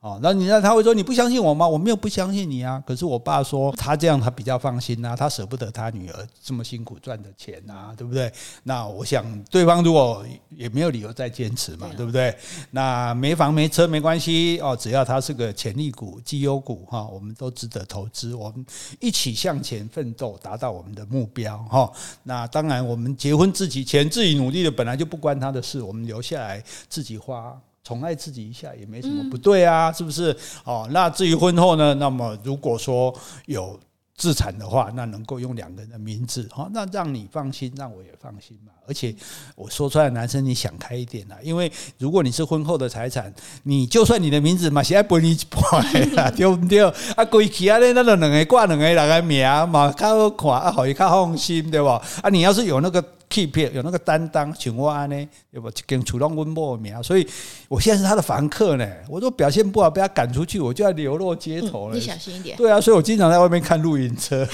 那他会说你不相信我吗？我没有不相信你啊，可是我爸说他这样他比较放心啊，他舍不得他女儿这么辛苦赚的钱啊，对不对？那我想对方如果也没有理由再坚持嘛，对不对？那没房没车没关系只要他是个潜力股、绩优股我们都值得投资，我们一起向前奋斗，达到我们的目标那当然我们结婚自己努力的本来就不关他的事，我们留下来自己花，宠爱自己一下也没什么不对啊，是不是？那至于婚后呢？那么如果说有自产的话，那能够用2个人的名字，那让你放心，让我也放心嘛。而且我说出来的男生，你想开一点啦，因为如果你是婚后的财产，你就算你的名字嘛，是要分你一半啦，对不对？规起啊，那就2个挂2个人的名嘛，较好看，好伊较放心，对吧？你要是有那个keep 有那个担当，像我安呢，对不？一间厝拢阮某的名，所以我现在是他的房客呢。我说表现不好，被他赶出去，我就要流落街头了。 你小心一点。 对啊，所以我经常在外面看露营车。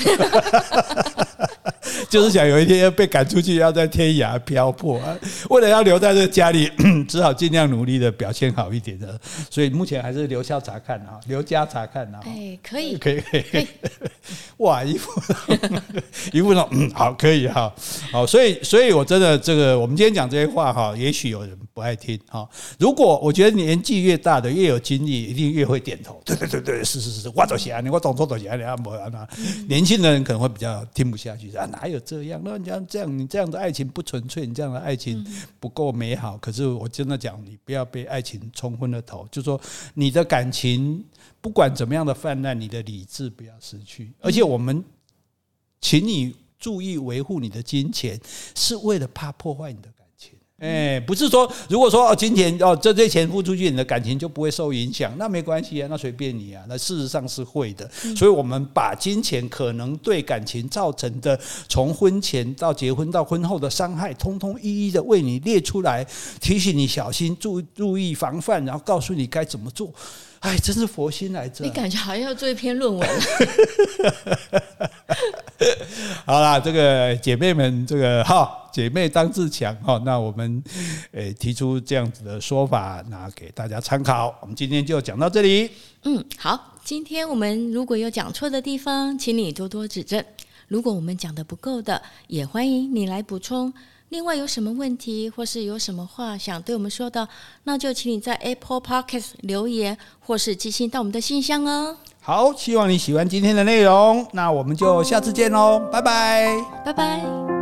就是想有一天要被赶出去，要在天涯漂泊为了要留在这家里，只好尽量努力的表现好一点的。所以目前还是留校察看留家察看可以。 哇，一副说好，可以好，所以我真的这个，我们今天讲这些话也许有人不爱听如果我觉得年纪越大的越有经历，一定越会点头。对，是，我就是这样，我当初就是这样，年轻的人可能会比较听不下去哪有这样？那你这样的爱情不纯粹，你这样的爱情不够美好。可是我真的讲，你不要被爱情冲昏了头，就说你的感情不管怎么样的泛滥，你的理智不要失去。而且我们请你注意维护你的金钱，是为了怕破坏你的感情。不是说如果说金钱这些钱付出去，你的感情就不会受影响，那没关系啊，那随便你啊。那事实上是会的，所以我们把金钱可能对感情造成的，从婚前到结婚到婚后的伤害，通通一一的为你列出来，提醒你小心注意防范，然后告诉你该怎么做。真是佛心来着！ 你感觉好像要做一篇论文。 好啦，这个姐妹们，这个姐妹当自强那我们提出这样子的说法，拿给大家参考。我们今天就讲到这里。 好，今天我们如果有讲错的地方，请你多多指正。如果我们讲的不够的，也欢迎你来补充。另外有什么问题或是有什么话想对我们说的，那就请你在 Apple Podcast 留言或是寄信到我们的信箱哦。 好，希望你喜欢今天的内容，那我们就下次见咯，拜拜。 拜拜。